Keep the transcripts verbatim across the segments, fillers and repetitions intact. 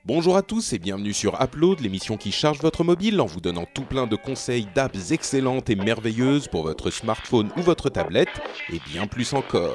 Bonjour à tous et bienvenue sur Upload, l'émission qui charge votre mobile en vous donnant tout plein de conseils d'apps excellentes et merveilleuses pour votre smartphone ou votre tablette, et bien plus encore.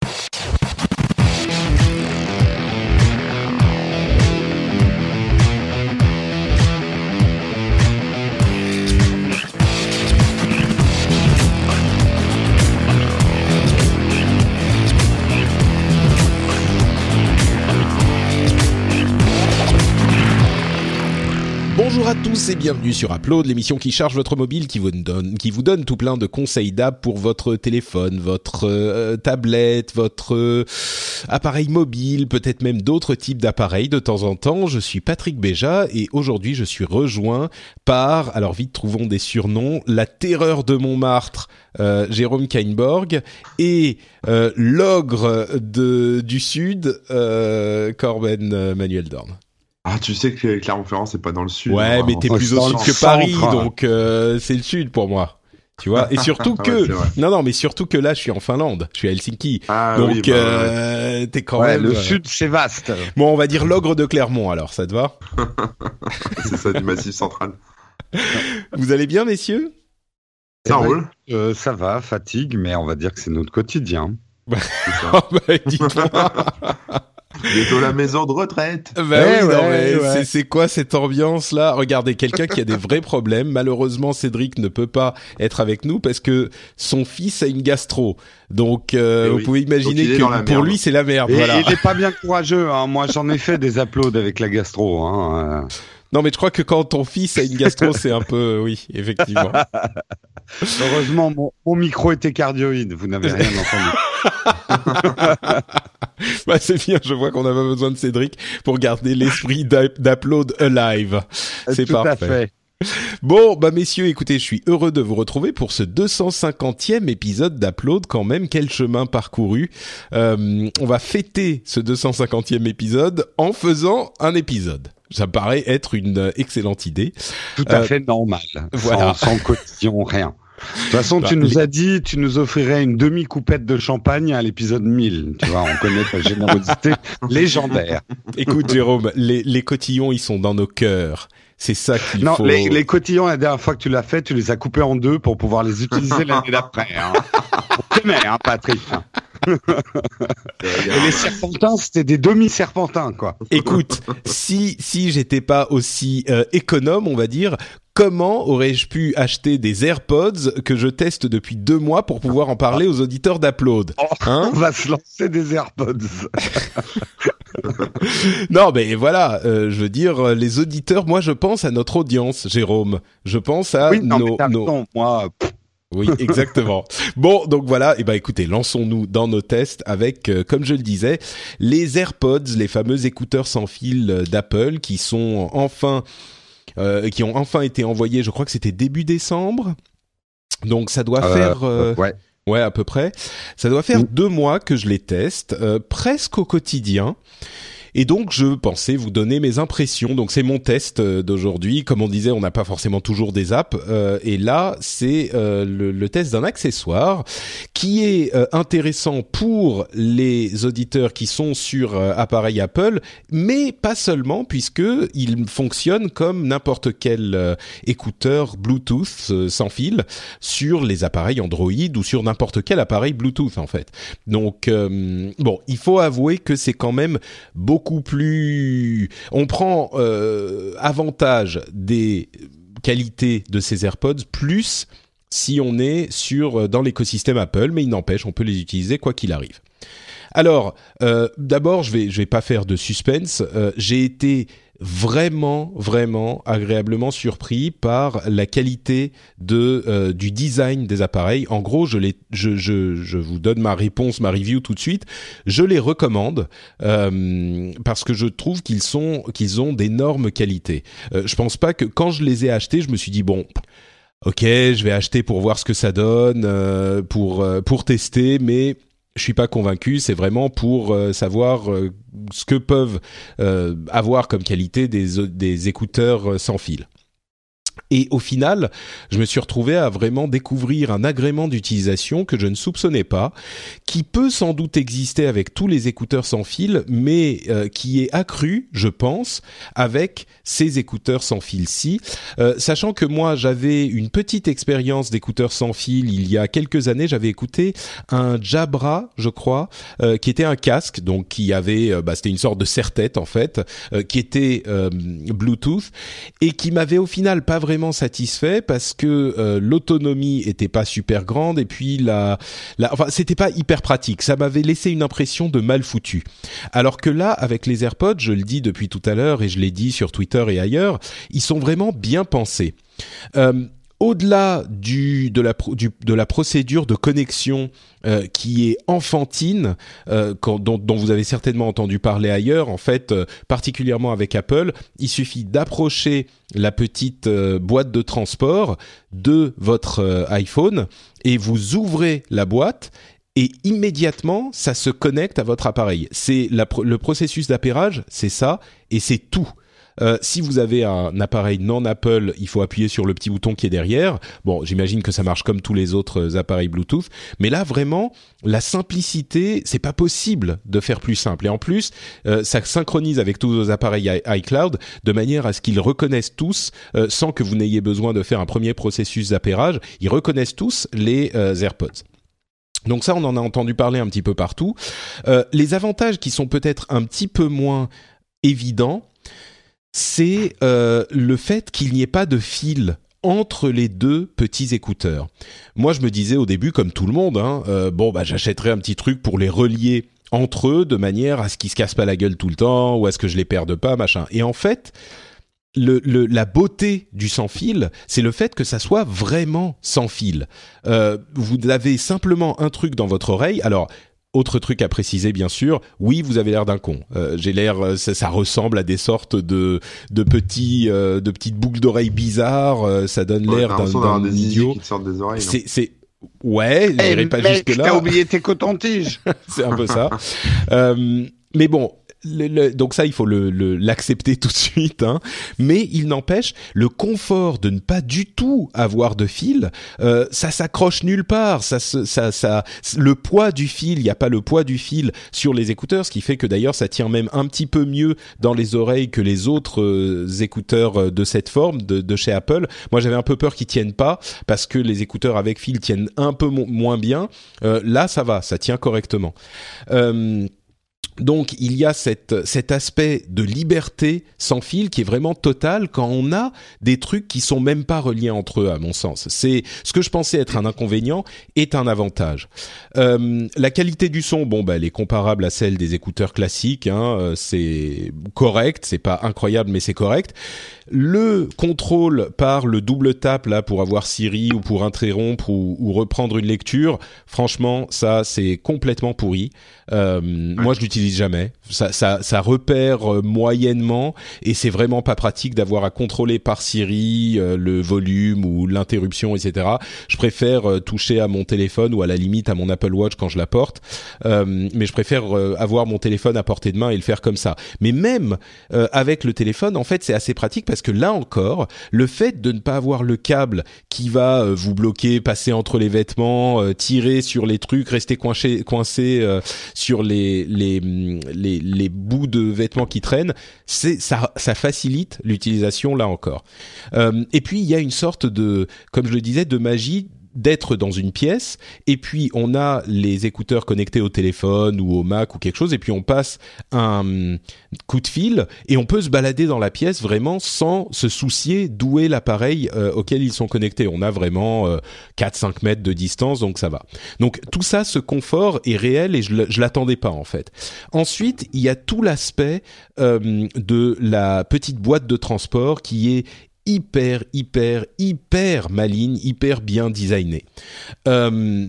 Bonjour à tous et bienvenue sur Upload, l'émission qui charge votre mobile, qui vous donne, qui vous donne tout plein de conseils d'app pour votre téléphone, votre euh, tablette, votre euh, appareil mobile, peut-être même d'autres types d'appareils de temps en temps. Je suis Patrick Béja et aujourd'hui je suis rejoint par, alors vite trouvons des surnoms, la terreur de Montmartre, euh, Jérôme Kainborg, et euh, l'ogre de, du Sud, euh, Corben euh, Manuel Dorn. Ah, tu sais que Clermont-Ferrand, c'est pas dans le sud. Ouais, hein, mais t'es plus au sud que Paris, donc euh, c'est le sud pour moi. Tu vois, et surtout que ouais, non non mais surtout que là je suis en Finlande, je suis à Helsinki. Ah, donc oui, bah, euh, ouais. t'es quand ouais, même le euh... sud c'est vaste. Bon, on va dire l'ogre de Clermont alors, ça te va? C'est ça, du Massif Central. Vous allez bien, messieurs? Ça eh roule ben, euh, ça va, fatigue, mais on va dire que c'est notre quotidien. Oh, bah, dites-moi. Bientôt la maison de retraite. Bah ouais, oui, non, ouais, mais ouais. c'est, c'est quoi cette ambiance là? Regardez, quelqu'un qui a des vrais problèmes. Malheureusement, Cédric ne peut pas être avec nous parce que son fils a une gastro. Donc, euh, Eh vous oui. pouvez imaginer Donc, il est que dans la pour merde. lui, c'est la merde. Et Voilà. il est pas bien courageux. Hein. Moi, j'en ai fait des uploads avec la gastro. Hein. Non, mais je crois que quand ton fils a une gastro, c'est un peu, oui, effectivement. Heureusement, mon, mon micro était cardioïde. Vous n'avez rien entendu. Bah, c'est bien, je vois qu'on n'a pas besoin de Cédric pour garder l'esprit d'Up- d'Upload alive. C'est Tout parfait. à fait. Bon, bah messieurs, écoutez, je suis heureux de vous retrouver pour ce deux cent cinquantième épisode d'Upload quand même. Quel chemin parcouru. Euh, on va fêter ce deux cent cinquantième épisode en faisant un épisode. Ça me paraît être une excellente idée. Tout à Euh, fait normal. voilà. Sans, sans cotillon, rien. De toute façon, Bah, tu nous les- as dit, tu nous offrirais une demi-coupette de champagne à l'épisode mille. Tu vois, on connaît ta générosité légendaire. Écoute, Jérôme, les, les cotillons, ils sont dans nos cœurs. C'est ça qu'il Non, faut... les, les cotillons, la dernière fois que tu l'as fait, tu les as coupés en deux pour pouvoir les utiliser l'année d'après. Hein. On t'aimait, hein, Patrick. Et les serpentins, c'était des demi-serpentins, quoi. Écoute, si si j'étais pas aussi euh, économe, on va dire, comment aurais-je pu acheter des AirPods que je teste depuis deux mois pour pouvoir en parler aux auditeurs d'Upload, hein? On va se lancer des AirPods. Non, mais voilà, euh, je veux dire, les auditeurs, moi je pense à notre audience, Jérôme. Je pense à Oui, non, mais nos... t'as nos... raison. Moi, pff, Oui, exactement. Bon, donc voilà, et ben écoutez, lançons-nous dans nos tests avec, euh, comme je le disais, les AirPods, les fameux écouteurs sans fil euh, d'Apple qui sont enfin, euh, qui ont enfin été envoyés. Je crois que c'était début décembre. Donc ça doit euh, faire, euh, ouais. ouais, à peu près. Ça doit faire Mm. deux mois que je les teste, euh, presque au quotidien. Et donc, je pensais vous donner mes impressions. Donc, c'est mon test euh, d'aujourd'hui. Comme on disait, on n'a pas forcément toujours des apps. Euh, et là, c'est euh, le, le test d'un accessoire qui est euh, intéressant pour les auditeurs qui sont sur euh, appareil Apple, mais pas seulement, puisque il fonctionne comme n'importe quel euh, écouteur Bluetooth euh, sans fil sur les appareils Android ou sur n'importe quel appareil Bluetooth, en fait. Donc, euh, bon, il faut avouer que c'est quand même beaucoup beaucoup plus... On prend euh, avantage des qualités de ces AirPods plus si on est sur dans l'écosystème Apple, mais il n'empêche, on peut les utiliser quoi qu'il arrive. Alors, euh, d'abord, je vais je vais pas faire de suspense. Euh, j'ai été vraiment, vraiment agréablement surpris par la qualité de euh, du design des appareils. En gros, je les, je, je, je vous donne ma réponse, ma review tout de suite. Je les recommande euh, parce que je trouve qu'ils sont, qu'ils ont d'énormes qualités. Euh, je pense pas que quand je les ai achetés, je me suis dit bon. Ok, je vais acheter pour voir ce que ça donne, euh, pour euh, pour tester, mais je suis pas convaincu. C'est vraiment pour euh, savoir euh, ce que peuvent euh, avoir comme qualité des des écouteurs sans fil. Et au final, je me suis retrouvé à vraiment découvrir un agrément d'utilisation que je ne soupçonnais pas, qui peut sans doute exister avec tous les écouteurs sans fil, mais euh, qui est accru, je pense, avec ces écouteurs sans fil-ci. Euh, sachant que moi, j'avais une petite expérience d'écouteurs sans fil il y a quelques années. J'avais écouté un Jabra, je crois, euh, qui était un casque, donc qui avait, euh, bah, c'était une sorte de serre-tête en fait, euh, qui était euh, Bluetooth et qui m'avait au final pas vraiment satisfait parce que euh, l'autonomie était pas super grande et puis la, la enfin c'était pas hyper pratique, ça m'avait laissé une impression de mal foutu. Alors que là avec les AirPods, je le dis depuis tout à l'heure et je l'ai dit sur Twitter et ailleurs, ils sont vraiment bien pensés. Euh, Au-delà du, de, la, du, de la procédure de connexion euh, qui est enfantine, euh, quand, dont, dont vous avez certainement entendu parler ailleurs, en fait, euh, particulièrement avec Apple, il suffit d'approcher la petite euh, boîte de transport de votre euh, iPhone et vous ouvrez la boîte et immédiatement, ça se connecte à votre appareil. C'est la, le processus d'appairage, c'est ça, et c'est tout. Euh, si vous avez un appareil non Apple, il faut appuyer sur le petit bouton qui est derrière. Bon, j'imagine que ça marche comme tous les autres appareils Bluetooth, mais là vraiment, la simplicité, c'est pas possible de faire plus simple. Et en plus, euh, ça synchronise avec tous vos appareils iCloud de manière à ce qu'ils reconnaissent tous, euh, sans que vous n'ayez besoin de faire un premier processus d'appairage, ils reconnaissent tous les euh, AirPods. Donc ça, on en a entendu parler un petit peu partout. Euh, les avantages qui sont peut-être un petit peu moins évidents, c'est euh, le fait qu'il n'y ait pas de fil entre les deux petits écouteurs. Moi, je me disais au début, comme tout le monde, hein, euh, bon, bah, j'achèterais un petit truc pour les relier entre eux de manière à ce qu'ils se cassent pas la gueule tout le temps ou à ce que je les perde pas, machin. Et en fait, le, le, la beauté du sans fil, c'est le fait que ça soit vraiment sans fil. Euh, vous avez simplement un truc dans votre oreille. Alors, autre truc à préciser, bien sûr. Oui, vous avez l'air d'un con. Euh, j'ai l'air, ça, ça ressemble à des sortes de de petits, euh, de petites boucles d'oreilles bizarres. Euh, ça donne ouais, l'air d'un, d'un des idiot. Qui te sortent des oreilles, c'est, c'est, ouais, hey, j'irai pas jusque là. T'as oublié tes cotons-tiges. C'est un peu ça. euh, mais bon. Le, le, donc ça, il faut le, le, l'accepter tout de suite, hein. Mais il n'empêche, le confort de ne pas du tout avoir de fil, euh, ça s'accroche nulle part. Ça, ça, ça, le poids du fil, il n'y a pas le poids du fil sur les écouteurs, ce qui fait que d'ailleurs, ça tient même un petit peu mieux dans les oreilles que les autres euh, écouteurs de cette forme de, de chez Apple. Moi, j'avais un peu peur qu'ils tiennent pas parce que les écouteurs avec fil tiennent un peu mo- moins bien. Euh, là, ça va, ça tient correctement. Euh, Donc il y a cette, cet aspect de liberté sans fil qui est vraiment total quand on a des trucs qui sont même pas reliés entre eux, à mon sens. C'est ce que je pensais être un inconvénient est un avantage. Euh, la qualité du son, bon bah elle est comparable à celle des écouteurs classiques, hein, c'est correct, c'est pas incroyable mais c'est correct. Le contrôle par le double tap là pour avoir Siri ou pour interrompre ou, ou reprendre une lecture, franchement ça c'est complètement pourri. Euh, ouais. Moi je l'utilise jamais. Ça, ça, ça repère euh, moyennement et c'est vraiment pas pratique d'avoir à contrôler par Siri euh, le volume ou l'interruption, et cetera. Je préfère euh, toucher à mon téléphone ou à la limite à mon Apple Watch quand je la porte, euh, mais je préfère euh, avoir mon téléphone à portée de main et le faire comme ça. Mais même euh, avec le téléphone, en fait, c'est assez pratique parce que là encore, le fait de ne pas avoir le câble qui va euh, vous bloquer, passer entre les vêtements, euh, tirer sur les trucs, rester coincé, coincé euh, sur les les les les bouts de vêtements qui traînent, c'est ça ça facilite l'utilisation là encore. Euh, et puis il y a une sorte de, comme je le disais, de magie d'être dans une pièce et puis on a les écouteurs connectés au téléphone ou au Mac ou quelque chose et puis on passe un coup de fil et on peut se balader dans la pièce vraiment sans se soucier d'où est l'appareil euh, auquel ils sont connectés. On a vraiment euh, quatre à cinq mètres de distance, donc ça va. Donc tout ça, ce confort est réel et je, je l'attendais pas en fait. Ensuite, il y a tout l'aspect euh, de la petite boîte de transport qui est hyper, hyper, hyper maligne, hyper bien designé. Euh,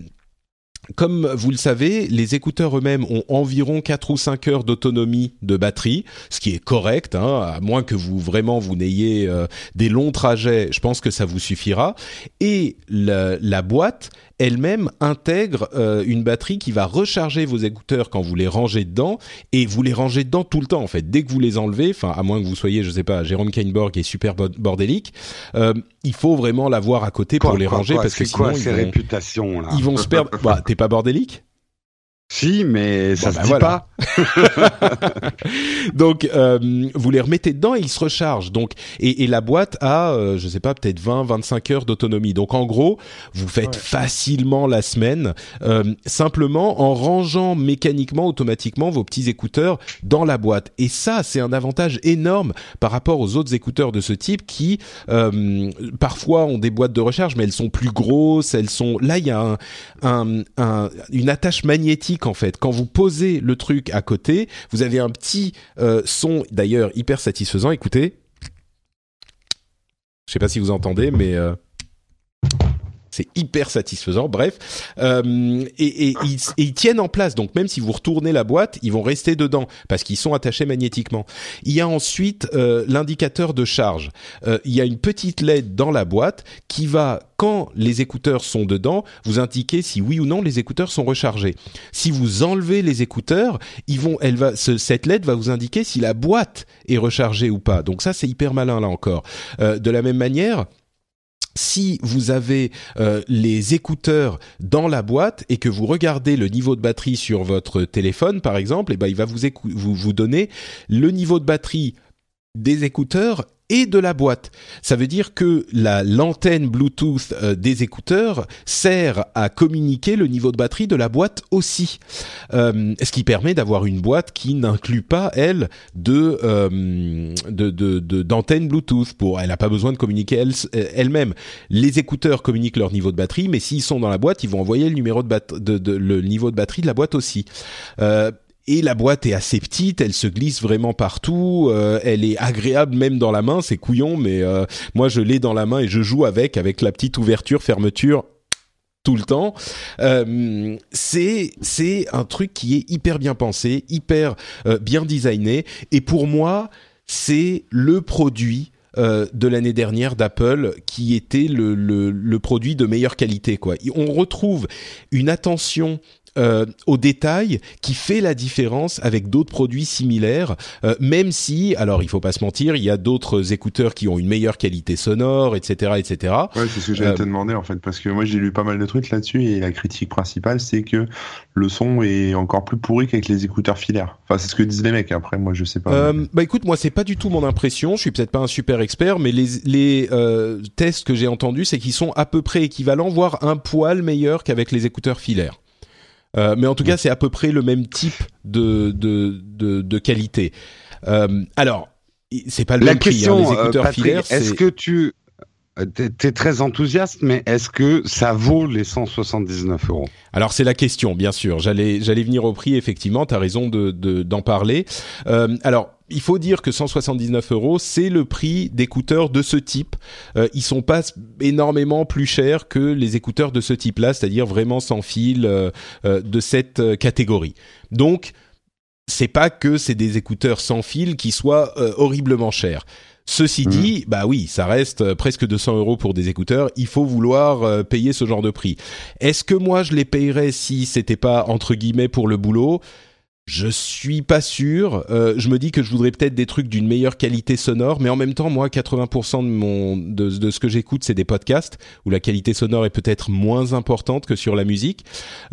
comme vous le savez, les écouteurs eux-mêmes ont environ quatre ou cinq heures d'autonomie de batterie, ce qui est correct, hein, à moins que vous vraiment vous n'ayez euh, des longs trajets, je pense que ça vous suffira. Et la, la boîte, elle-même intègre euh, une batterie qui va recharger vos écouteurs quand vous les rangez dedans, et vous les rangez dedans tout le temps en fait. Dès que vous les enlevez, enfin à moins que vous soyez, je sais pas, Jérôme Kainborg et super bordélique, euh, il faut vraiment l'avoir à côté quoi, pour les quoi, ranger quoi, parce que c'est quoi sinon ces ils vont, réputations là ils vont se perdre. Bah, t'es pas bordélique ? Si, mais ça bon, se bah dit voilà. pas. Donc, euh, vous les remettez dedans et ils se rechargent. Donc, et, et la boîte a, euh, je sais pas, peut-être vingt, vingt-cinq heures d'autonomie. Donc, en gros, vous faites ouais. facilement la semaine, euh, simplement en rangeant mécaniquement, automatiquement vos petits écouteurs dans la boîte. Et ça, c'est un avantage énorme par rapport aux autres écouteurs de ce type qui, euh, parfois ont des boîtes de recharge, mais elles sont plus grosses. Elles sont, là, il y a un, un, un, une attache magnétique. En fait, quand vous posez le truc à côté, vous avez un petit euh, son, d'ailleurs hyper satisfaisant. Écoutez, je sais pas si vous entendez, mais euh, c'est hyper satisfaisant. Bref, euh, et, et, et, ils, et ils tiennent en place. Donc même si vous retournez la boîte, ils vont rester dedans parce qu'ils sont attachés magnétiquement. Il y a ensuite euh, l'indicateur de charge. Euh, il y a une petite L E D dans la boîte qui va, quand les écouteurs sont dedans, vous indiquer si oui ou non les écouteurs sont rechargés. Si vous enlevez les écouteurs, ils vont, elle va, ce, cette L E D va vous indiquer si la boîte est rechargée ou pas. Donc ça, c'est hyper malin là encore. Euh, de la même manière, si vous avez euh, les écouteurs dans la boîte et que vous regardez le niveau de batterie sur votre téléphone, par exemple, et ben il va vous, écou- vous, vous donner le niveau de batterie des écouteurs et de la boîte. Ça veut dire que la l'antenne Bluetooth euh, des écouteurs sert à communiquer le niveau de batterie de la boîte aussi. Euh, ce qui permet d'avoir une boîte qui n'inclut pas, elle, de, euh, de, de, de d'antenne Bluetooth. Pour, elle n'a pas besoin de communiquer elle, elle-même. Les écouteurs communiquent leur niveau de batterie, mais s'ils sont dans la boîte, ils vont envoyer le numéro de, bat- de, de le niveau de batterie de la boîte aussi. Euh, Et la boîte est assez petite, elle se glisse vraiment partout, euh, elle est agréable même dans la main, c'est couillon, mais euh, moi je l'ai dans la main et je joue avec, avec la petite ouverture, fermeture, tout le temps. Euh, c'est c'est un truc qui est hyper bien pensé, hyper euh, bien designé, et pour moi c'est le produit Euh, de l'année dernière d'Apple qui était le, le, le produit de meilleure qualité, quoi. On retrouve une attention Euh, au détail qui fait la différence avec d'autres produits similaires, euh, même si, alors il faut pas se mentir, il y a d'autres écouteurs qui ont une meilleure qualité sonore, et cetera, et cetera. Ouais, c'est ce que j'allais euh, te demander en fait, parce que moi j'ai lu pas mal de trucs là-dessus et la critique principale c'est que le son est encore plus pourri qu'avec les écouteurs filaires. Enfin, c'est ce que disent les mecs. Après, moi je sais pas. Euh, bah écoute, moi c'est pas du tout mon impression. Je suis peut-être pas un super expert, mais les les euh, tests que j'ai entendus, c'est qu'ils sont à peu près équivalents, voire un poil meilleurs qu'avec les écouteurs filaires. Euh, mais en tout cas, c'est à peu près le même type de de de, de qualité. Euh, alors, c'est pas le La même question, prix. Hein, les écouteurs euh, Patrick, filaires, est-ce c'est... que tu t'es, t'es très enthousiaste, mais est-ce que ça vaut les cent soixante-dix-neuf euros ? Alors c'est la question, bien sûr. J'allais j'allais venir au prix. Effectivement, t'as raison de, de d'en parler. Euh, alors. Il faut dire que cent soixante-dix-neuf euros, c'est le prix d'écouteurs de ce type. Euh, ils sont pas énormément plus chers que les écouteurs de ce type-là, c'est-à-dire vraiment sans fil euh, euh, de cette euh, catégorie. Donc, c'est pas que c'est des écouteurs sans fil qui soient euh, horriblement chers. Ceci dit, mmh. bah oui, ça reste presque deux cents euros pour des écouteurs. Il faut vouloir euh, payer ce genre de prix. Est-ce que moi je les payerais si c'était pas entre guillemets pour le boulot ? Je suis pas sûr. Euh, je me dis que je voudrais peut-être des trucs d'une meilleure qualité sonore, mais en même temps, moi, quatre-vingts pour cent de mon de, de ce que j'écoute, c'est des podcasts où la qualité sonore est peut-être moins importante que sur la musique.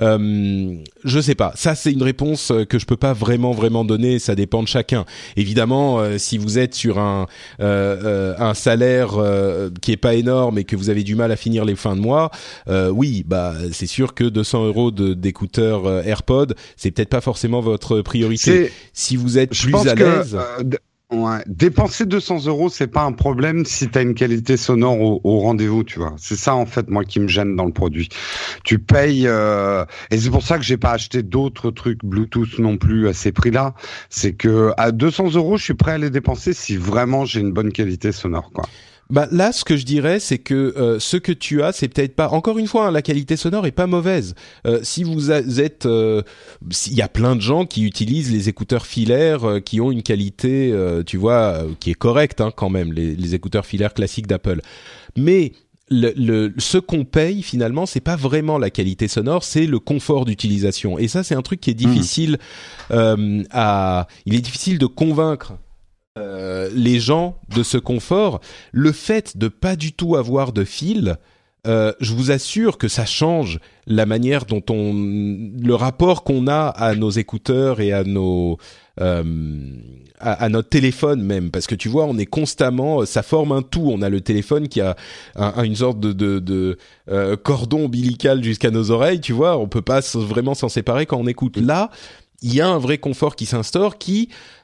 Euh, je sais pas. Ça, c'est une réponse que je peux pas vraiment vraiment donner. Ça dépend de chacun. Évidemment, euh, si vous êtes sur un euh, euh, un salaire euh, qui est pas énorme et que vous avez du mal à finir les fins de mois, euh, oui, bah c'est sûr que deux cents euros de, d'écouteurs euh, AirPods, c'est peut-être pas forcément votre priorité. C'est, si vous êtes plus à l'aise. Que, euh, d- ouais, dépenser deux cents euros, c'est pas un problème si t'as une qualité sonore au, au rendez-vous, tu vois. C'est ça, en fait, moi, qui me gêne dans le produit. Tu payes, euh, et c'est pour ça que j'ai pas acheté d'autres trucs Bluetooth non plus à ces prix-là. C'est que, à deux cents euros, je suis prêt à les dépenser si vraiment j'ai une bonne qualité sonore, quoi. Bah là, ce que je dirais, c'est que euh, ce que tu as, c'est peut-être pas. Encore une fois, hein, la qualité sonore est pas mauvaise. Euh, si vous a, êtes, il euh, y a plein de gens qui utilisent les écouteurs filaires euh, qui ont une qualité, euh, tu vois, euh, qui est correcte hein, quand même, les, les écouteurs filaires classiques d'Apple. Mais le, le, ce qu'on paye finalement, c'est pas vraiment la qualité sonore, c'est le confort d'utilisation. Et ça, c'est un truc qui est difficile mmh. euh, à. Il est difficile de convaincre euh, les gens de ce confort. Le fait de pas du tout avoir de fil, euh, je vous assure que ça change la manière dont on, le rapport qu'on a à nos écouteurs et à nos Euh, à, à notre téléphone même, parce que tu vois, on est constamment, ça forme un tout. On a le téléphone qui a un, une sorte de, de, de euh, cordon ombilical jusqu'à nos oreilles, tu vois, on peut pas vraiment s'en séparer quand on écoute. Là, il y a un vrai confort qui s'instaure, qui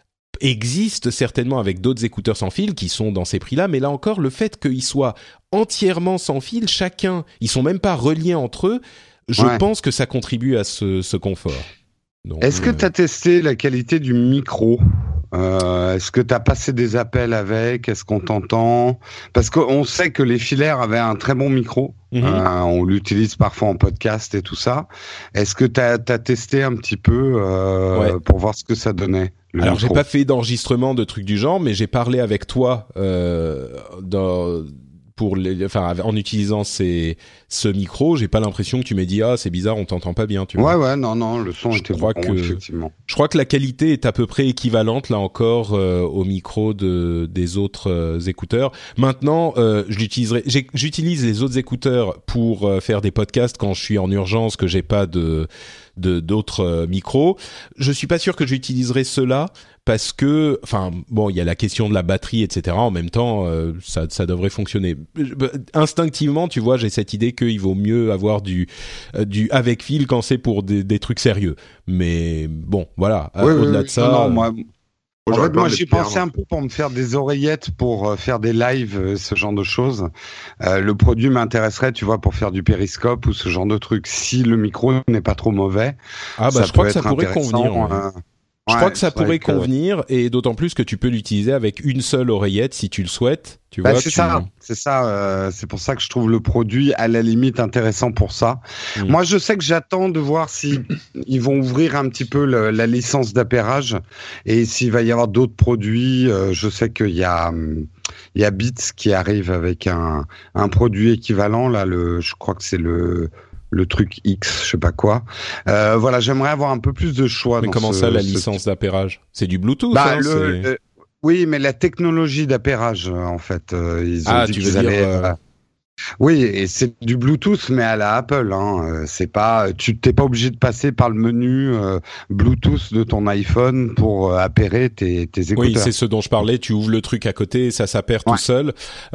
existe certainement avec d'autres écouteurs sans fil qui sont dans ces prix-là, mais là encore, le fait qu'ils soient entièrement sans fil, chacun, ils sont même pas reliés entre eux, je ouais. pense que ça contribue à ce, ce confort. Donc, est-ce que tu as testé la qualité du micro ? euh, Est-ce que tu as passé des appels avec ? Est-ce qu'on t'entend ? Parce qu'on sait que les filaires avaient un très bon micro. Mm-hmm. Euh, on l'utilise parfois en podcast et tout ça. Est-ce que tu as testé un petit peu euh, ouais. pour voir ce que ça donnait ? Alors, micro. J'ai pas fait d'enregistrement de trucs du genre, mais j'ai parlé avec toi euh, dans... pour les, enfin, en utilisant ces, ce micro, j'ai pas l'impression que tu m'aies dit ah c'est bizarre, on t'entend pas bien, tu vois. Ouais ouais non non, le son je était crois bon que, effectivement. Je crois que la qualité est à peu près équivalente là encore euh, au micro de des autres euh, écouteurs. Maintenant, euh, je l'utiliserai. J'ai, j'utilise les autres écouteurs pour euh, faire des podcasts quand je suis en urgence, que j'ai pas de de d'autres euh, micros. Je suis pas sûr que j'utiliserai ceux-là. Parce que, enfin, bon, il y a la question de la batterie, et cetera. En même temps, euh, ça, ça devrait fonctionner. Instinctivement, tu vois, j'ai cette idée qu'il vaut mieux avoir du, euh, du avec fil quand c'est pour des, des trucs sérieux. Mais bon, voilà. Oui, au-delà oui, de ça. Non, non, moi, en fait, moi, j'y pensais un peu pour me faire des oreillettes, pour euh, faire des lives, euh, ce genre de choses. Euh, le produit m'intéresserait, tu vois, pour faire du périscope ou ce genre de trucs. Si le micro n'est pas trop mauvais, ah bah, ça je crois peut que ça pourrait convenir. Euh, Je ouais, crois que ça pourrait que... convenir, et d'autant plus que tu peux l'utiliser avec une seule oreillette si tu le souhaites. Tu bah vois, c'est tu... ça, c'est ça. Euh, c'est pour ça que je trouve le produit à la limite intéressant pour ça. Mmh. Moi, je sais que j'attends de voir si ils vont ouvrir un petit peu le, la licence d'appairage et s'il va y avoir d'autres produits. Euh, je sais qu'il y a il y a Beats qui arrive avec un un produit équivalent là. Le, je crois que c'est le le truc X, je sais pas quoi. Euh, voilà, j'aimerais avoir un peu plus de choix. Mais dans comment ce, ça, la ce... licence d'appairage ? C'est du Bluetooth, bah, hein, le, c'est... le, oui, mais la technologie d'appairage, en fait, euh, ils ont ah, dit tu qu'ils veux allaient. dire, euh... Oui, et c'est du Bluetooth, mais à la Apple. Hein. C'est pas, tu t'es pas obligé de passer par le menu euh, Bluetooth de ton iPhone pour euh, appairer tes, tes écouteurs. Oui, c'est ce dont je parlais. Tu ouvres le truc à côté, ça s'appaire ouais. tout seul.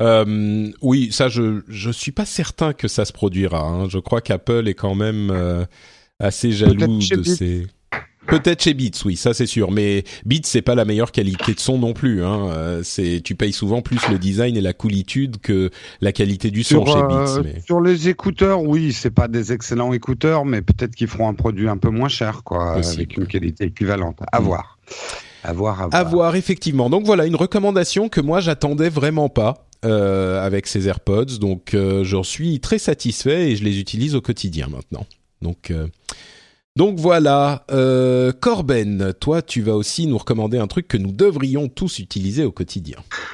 Euh, oui, ça, je je suis pas certain que ça se produira. Hein. Je crois qu'Apple est quand même euh, assez jaloux de ces. Peut-être chez Beats, oui, ça c'est sûr. Mais Beats, c'est pas la meilleure qualité de son non plus. Hein. Euh, c'est, tu payes souvent plus le design et la coolitude que la qualité du son sur, chez euh, Beats. Mais... Sur les écouteurs, oui, c'est pas des excellents écouteurs, mais peut-être qu'ils feront un produit un peu moins cher, quoi, Possible. avec une qualité équivalente. À mmh. voir. À voir, à voir. À voir, effectivement. Donc voilà, une recommandation que moi j'attendais vraiment pas. Euh, avec ces AirPods, donc euh, j'en suis très satisfait et je les utilise au quotidien maintenant. Donc, euh, donc voilà. Euh, Corben, toi, tu vas aussi nous recommander un truc que nous devrions tous utiliser au quotidien.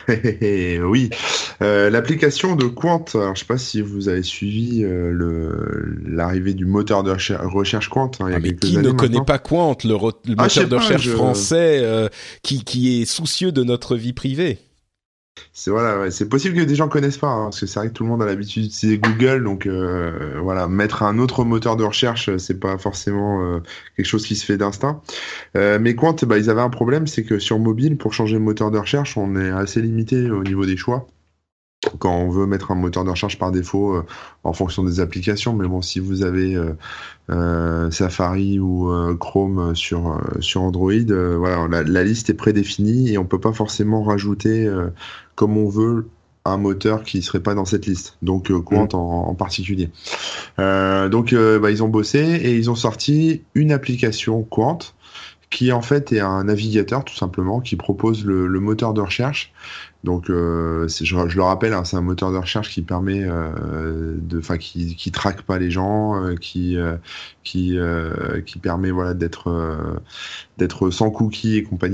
Oui, euh, l'application de Quant. Alors, je sais pas si vous avez suivi euh, le l'arrivée du moteur de recherche Quant. Hein, il y a ah, mais quelques qui années ne connaît maintenant. pas Quant, le, re- le moteur ah, de recherche je... français euh, qui qui est soucieux de notre vie privée? C'est voilà, ouais, c'est possible que des gens connaissent pas, hein, parce que c'est vrai que tout le monde a l'habitude d'utiliser Google, donc euh, voilà, mettre un autre moteur de recherche, c'est pas forcément euh, quelque chose qui se fait d'instinct. Euh, mais Quant, bah, ils avaient un problème, c'est que sur mobile, pour changer de moteur de recherche, on est assez limité au niveau des choix. Quand on veut mettre un moteur de recherche par défaut euh, en fonction des applications, mais bon, si vous avez euh, euh, Safari ou euh, Chrome sur euh, sur Android, euh, voilà, la, la liste est prédéfinie et on peut pas forcément rajouter euh, comme on veut un moteur qui serait pas dans cette liste. Donc euh, Quant mmh. en, en particulier. Euh, donc euh, bah, ils ont bossé et ils ont sorti une application Quant qui en fait est un navigateur tout simplement qui propose le, le moteur de recherche. Donc, euh, c'est, je, je le rappelle, hein, c'est un moteur de recherche qui permet euh, de, enfin, qui, qui traque pas les gens, euh, qui, euh, qui, euh, qui permet, voilà, d'être, euh, d'être sans cookies et compagnie.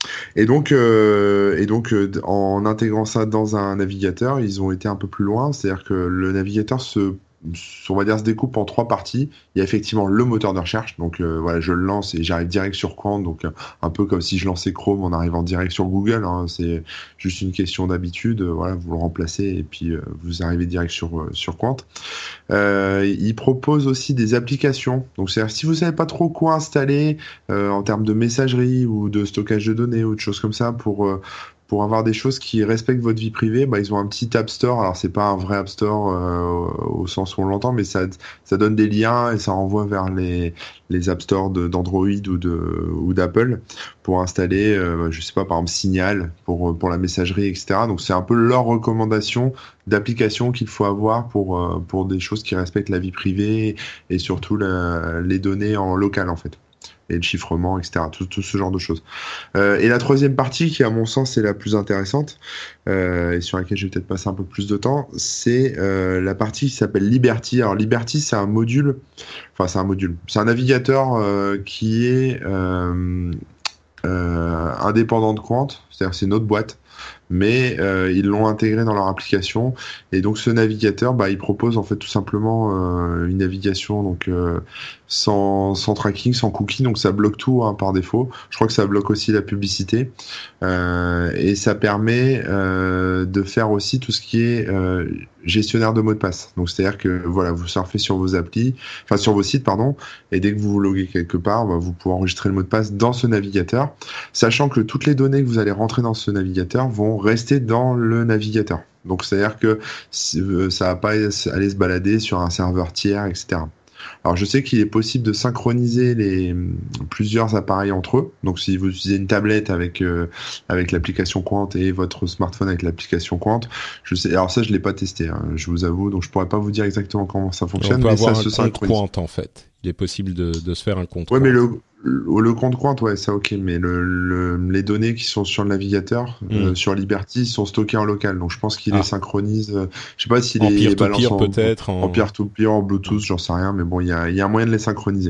Et donc, euh, et donc euh, en intégrant ça dans un navigateur, ils ont été un peu plus loin. C'est-à-dire que le navigateur se, on va dire, se découpe en trois parties. Il y a effectivement le moteur de recherche. Donc euh, voilà, je le lance et j'arrive direct sur Qwant. Donc euh, un peu comme si je lançais Chrome en arrivant direct sur Google. Hein. C'est juste une question d'habitude. Voilà, vous le remplacez et puis euh, vous arrivez direct sur euh, sur Qwant. Euh, il propose aussi des applications. Donc c'est-à-dire si vous savez pas trop quoi installer euh, en termes de messagerie ou de stockage de données ou de choses comme ça pour euh, pour avoir des choses qui respectent votre vie privée, bah, ils ont un petit App Store. Alors, c'est pas un vrai App Store euh, au sens où on l'entend, mais ça, ça donne des liens et ça renvoie vers les, les App Store de, d'Android ou, de, ou d'Apple pour installer, euh, je sais pas, par exemple, Signal pour, pour la messagerie, et cetera. Donc, c'est un peu leur recommandation d'applications qu'il faut avoir pour, pour des choses qui respectent la vie privée et surtout la, les données en local, en fait. Et le chiffrement, et cetera. Tout, tout ce genre de choses. Euh, et la troisième partie, qui à mon sens est la plus intéressante, euh, et sur laquelle je vais peut-être passer un peu plus de temps, c'est euh, la partie qui s'appelle Liberty. Alors Liberty, c'est un module, enfin c'est un module, c'est un navigateur euh, qui est euh, euh, indépendant de Qwant, c'est-à-dire que c'est une autre boîte. Mais euh, ils l'ont intégré dans leur application et donc ce navigateur, bah, il propose en fait tout simplement euh, une navigation donc euh, sans, sans tracking, sans cookies, donc ça bloque tout hein, par défaut. Je crois que ça bloque aussi la publicité euh, et ça permet euh, de faire aussi tout ce qui est euh, gestionnaire de mots de passe. Donc c'est-à-dire que voilà, vous surfez sur vos applis, enfin sur vos sites pardon, et dès que vous vous loguez quelque part, bah, vous pouvez enregistrer le mot de passe dans ce navigateur, sachant que toutes les données que vous allez rentrer dans ce navigateur vont rester dans le navigateur. Donc c'est-à-dire que ça va pas aller se balader sur un serveur tiers, et cetera. Alors je sais qu'il est possible de synchroniser les plusieurs appareils entre eux. Donc si vous utilisez une tablette avec euh, avec l'application Qwant et votre smartphone avec l'application Qwant, je sais. Alors ça je l'ai pas testé, hein, je vous avoue, donc je pourrais pas vous dire exactement comment ça fonctionne. On peut mais avoir ça un se compte synchronise. Qwant en fait. Il est possible de, de se faire un compte. Ouais, Qwant. mais le Le, le compte Qwant, ouais, ça ok, mais le, le, les données qui sont sur le navigateur, mm. euh, sur Liberty, sont stockées en local, donc je pense qu'il ah. les synchronise. Euh, je sais pas s'il les, les balance en, peut-être, en, en peer-to-peer, en Bluetooth, j'en sais rien, mais bon, il y a, y a un moyen de les synchroniser.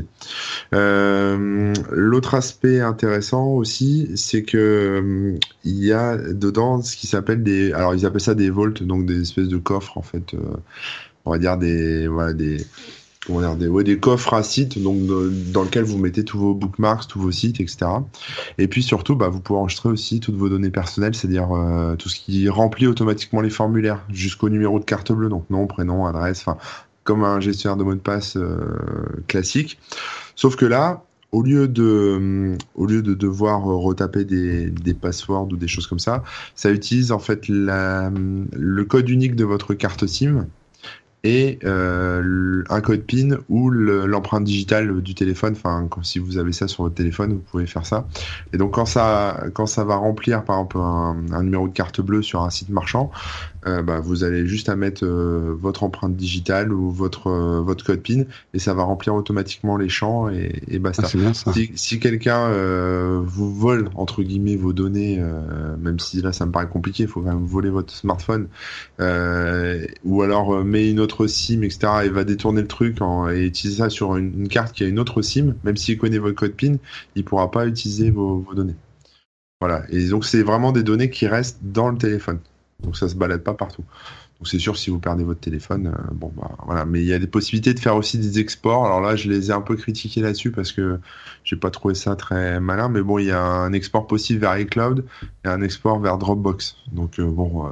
Euh, l'autre aspect intéressant aussi, c'est que il euh, y a dedans ce qui s'appelle des, alors ils appellent ça des vaults, donc des espèces de coffres en fait, euh, on va dire des, voilà des Comment dire, des, ouais, des coffres à sites, donc de, dans lequel vous mettez tous vos bookmarks, tous vos sites, et cetera. Et puis surtout, bah, vous pouvez enregistrer aussi toutes vos données personnelles, c'est-à-dire euh, tout ce qui remplit automatiquement les formulaires jusqu'au numéro de carte bleue, donc nom, prénom, adresse, enfin comme un gestionnaire de mot de passe euh, classique. Sauf que là, au lieu de, euh, au lieu de devoir retaper des, des passwords ou des choses comme ça, ça utilise en fait la, le code unique de votre carte SIM. Et euh, un code PIN ou le, l'empreinte digitale du téléphone. Enfin, si vous avez ça sur votre téléphone, vous pouvez faire ça. Et donc, quand ça, quand ça va remplir, par exemple, un, un numéro de carte bleue sur un site marchand, euh, bah, vous allez juste à mettre euh, votre empreinte digitale ou votre euh, votre code PIN et ça va remplir automatiquement les champs et, et basta. Ah, c'est bien, ça. Si, si quelqu'un euh, vous vole entre guillemets vos données, euh, même si là ça me paraît compliqué, il faut quand même voler votre smartphone, euh, ou alors euh, met une autre SIM, et cetera et va détourner le truc en, et utiliser ça sur une, une carte qui a une autre SIM, même s'il connaît votre code PIN, il pourra pas utiliser vos, vos données. Voilà. Et donc c'est vraiment des données qui restent dans le téléphone. Donc ça se balade pas partout. Donc c'est sûr si vous perdez votre téléphone, euh, bon bah voilà. Mais il y a des possibilités de faire aussi des exports. Alors là je les ai un peu critiqués là-dessus parce que j'ai pas trouvé ça très malin. Mais bon il y a un export possible vers iCloud et un export vers Dropbox. Donc euh, bon euh,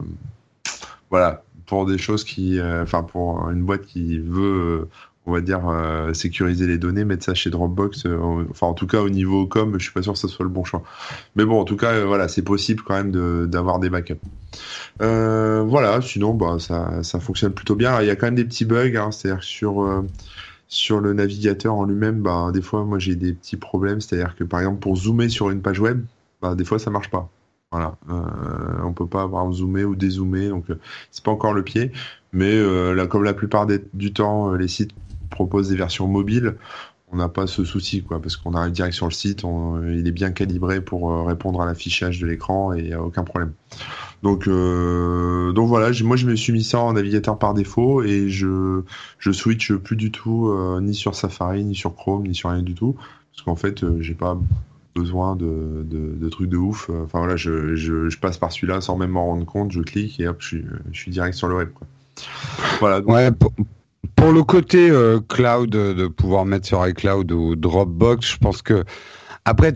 voilà pour des choses qui, enfin euh, pour une boîte qui veut. Euh, on va dire euh, sécuriser les données, mettre ça chez Dropbox, euh, enfin en tout cas au niveau com, je suis pas sûr que ce soit le bon choix. Mais bon, en tout cas, euh, voilà, c'est possible quand même de, d'avoir des backups. Euh, voilà, sinon, bah ça, ça fonctionne plutôt bien. Alors, il y a quand même des petits bugs, hein, c'est-à-dire que sur euh, sur le navigateur en lui-même, bah des fois, moi j'ai des petits problèmes, c'est-à-dire que par exemple pour zoomer sur une page web, bah des fois ça marche pas. Voilà, euh, on peut pas avoir zoomé ou dézoomé, donc euh, c'est pas encore le pied. Mais euh, là, comme la plupart des, du temps, euh, les sites proposent des versions mobiles, on n'a pas ce souci, quoi, parce qu'on arrive direct sur le site, on, il est bien calibré pour euh, répondre à l'affichage de l'écran et il n'y a aucun problème. Donc, euh, donc voilà, moi je me suis mis ça en navigateur par défaut et je je switch plus du tout euh, ni sur Safari, ni sur Chrome, ni sur rien du tout, parce qu'en fait, euh, j'ai pas besoin de, de, de trucs de ouf. Enfin voilà, je, je, je passe par celui-là sans même m'en rendre compte, je clique et hop, je suis, je suis direct sur le web, quoi. Voilà. Donc... Ouais, pour, pour le côté euh, cloud, de pouvoir mettre sur iCloud ou Dropbox, je pense que après,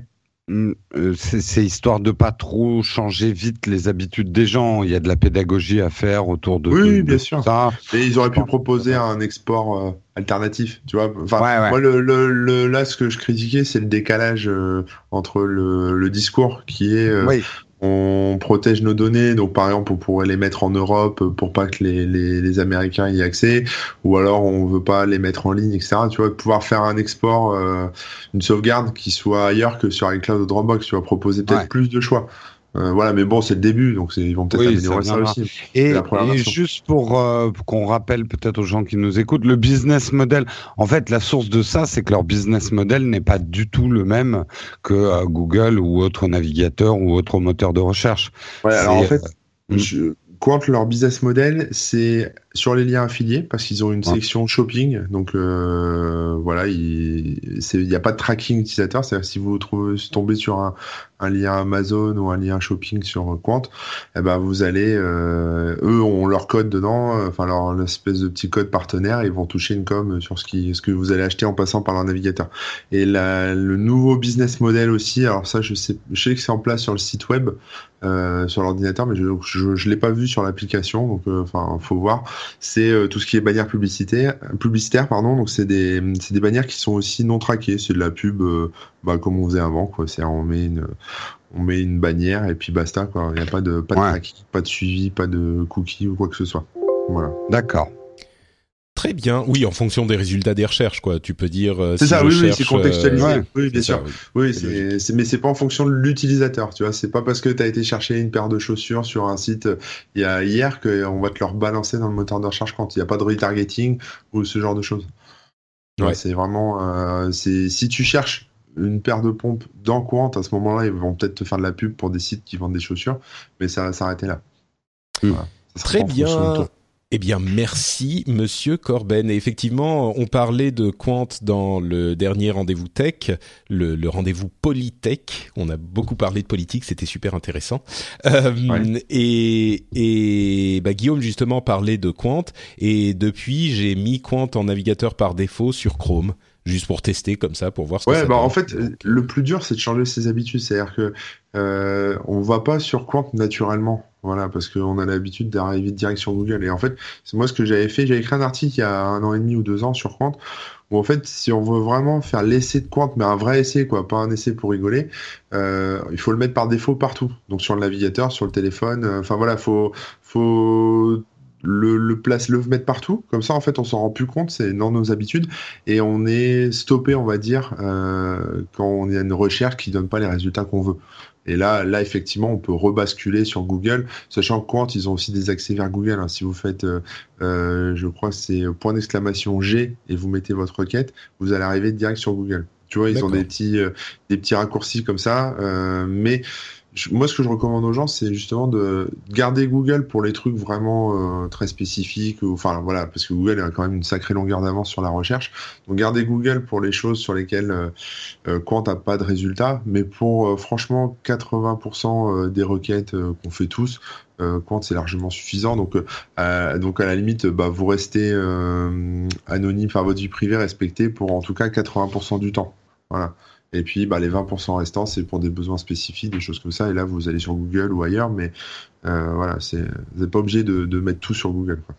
c'est, c'est histoire de pas trop changer vite les habitudes des gens. Il y a de la pédagogie à faire autour de, oui, de, bien de sûr. ça. Et ils auraient pu proposer un export euh, alternatif, tu vois. Enfin, ouais, ouais. moi, le, le, le, là, ce que je critiquais, c'est le décalage euh, entre le, le discours qui est euh, oui. on protège nos données, donc par exemple on pourrait les mettre en Europe pour pas que les, les, les Américains y aient accès, ou alors on veut pas les mettre en ligne, et cetera. Tu vois, pouvoir faire un export, euh, une sauvegarde qui soit ailleurs que sur iCloud ou Dropbox, tu vas proposer peut-être ouais. plus de choix. Euh, voilà, mais bon, c'est le début, donc c'est, ils vont peut-être oui, améliorer ça, ça aussi. Et, et juste pour, euh, pour qu'on rappelle peut-être aux gens qui nous écoutent, le business model, en fait, la source de ça, c'est que leur business model n'est pas du tout le même que euh, Google ou autre navigateur ou autre moteur de recherche. Ouais, c'est, alors en fait, euh, je... Quant leur business model, c'est sur les liens affiliés parce qu'ils ont une ouais. section shopping. Donc euh, voilà, il n'y a pas de tracking utilisateur. C'est-à-dire que si vous trouvez, tombez sur un, un lien Amazon ou un lien shopping sur Quant, eh ben vous allez, euh, eux ont leur code dedans, enfin leur, leur espèce de petit code partenaire, et ils vont toucher une com sur ce qui, ce que vous allez acheter en passant par leur navigateur. Et la, le nouveau business model aussi, alors ça je sais, je sais que c'est en place sur le site web. Euh, sur l'ordinateur, mais je je, je l'ai pas vu sur l'application, donc enfin euh, faut voir. C'est euh, tout ce qui est bannière publicitaire, publicitaire pardon. Donc c'est des c'est des bannières qui sont aussi non traquées. C'est de la pub, euh, bah comme on faisait avant, quoi. C'est on met une on met une bannière et puis basta, quoi. Il y a pas de pas de ouais. tracking, pas de suivi, pas de cookies ou quoi que ce soit. Voilà. D'accord. Très bien, oui, en fonction des résultats des recherches, quoi. Tu peux dire. Euh, c'est si ça, je oui, cherche, oui, c'est contextualisé. Euh, oui, bien c'est sûr. Ça, oui, oui c'est, c'est, c'est, mais c'est pas en fonction de l'utilisateur, tu vois. C'est pas parce que t'as été chercher une paire de chaussures sur un site il y a hier qu'on va te leur balancer dans le moteur de recherche quand il n'y a pas de retargeting ou ce genre de choses. Ouais, ouais. C'est vraiment, euh, c'est si tu cherches une paire de pompes dans Quant, à ce moment-là, ils vont peut-être te faire de la pub pour des sites qui vendent des chaussures, mais ça va s'arrêter là. Mmh. Voilà. Très bien. Eh bien, merci, Monsieur Corben. Et effectivement, on parlait de Quant dans le dernier rendez-vous tech, le, le rendez-vous Polytech. On a beaucoup parlé de politique, c'était super intéressant. Euh, ouais. Et, et bah, Guillaume, justement, parlait de Quant. Et depuis, j'ai mis Quant en navigateur par défaut sur Chrome, juste pour tester comme ça, pour voir ce ouais, que ça bah, donne. En fait, le plus dur, c'est de changer ses habitudes. C'est-à-dire que euh, on va pas sur Quant naturellement. Voilà, parce qu'on a l'habitude d'arriver direct sur Google. Et en fait, c'est moi ce que j'avais fait. J'avais écrit un article il y a un an et demi ou deux ans sur Quant, où en fait, si on veut vraiment faire l'essai de Quant, mais un vrai essai, quoi, pas un essai pour rigoler, euh, il faut le mettre par défaut partout. Donc sur le navigateur, sur le téléphone. Enfin euh, voilà, faut, faut le, le place, le mettre partout. Comme ça, en fait, on s'en rend plus compte. C'est dans nos habitudes et on est stoppé, on va dire, euh, quand on a une recherche qui donne pas les résultats qu'on veut. Et là, là, effectivement, on peut rebasculer sur Google, sachant que Quant, ils ont aussi des accès vers Google. Hein. Si vous faites, euh, euh, je crois, que c'est point d'exclamation G et vous mettez votre requête, vous allez arriver direct sur Google. Tu vois, ils D'accord. ont des petits, euh, des petits raccourcis comme ça. Euh, mais je, moi, ce que je recommande aux gens, c'est justement de garder Google pour les trucs vraiment euh, très spécifiques. Enfin, voilà, parce que Google a quand même une sacrée longueur d'avance sur la recherche. Donc, gardez Google pour les choses sur lesquelles euh, euh, Quant n'a pas de résultats. Mais pour, euh, franchement, quatre-vingts pour cent des requêtes euh, qu'on fait tous, euh, Quant, c'est largement suffisant. Donc, euh, donc à la limite, bah, vous restez euh, anonyme, enfin, votre vie privée respectée pour en tout cas quatre-vingts pour cent du temps. Voilà. Et puis, bah, les vingt pour cent restants, c'est pour des besoins spécifiques, des choses comme ça. Et là, vous allez sur Google ou ailleurs, mais euh, voilà, c'est, vous n'êtes pas obligé de, de mettre tout sur Google, quoi.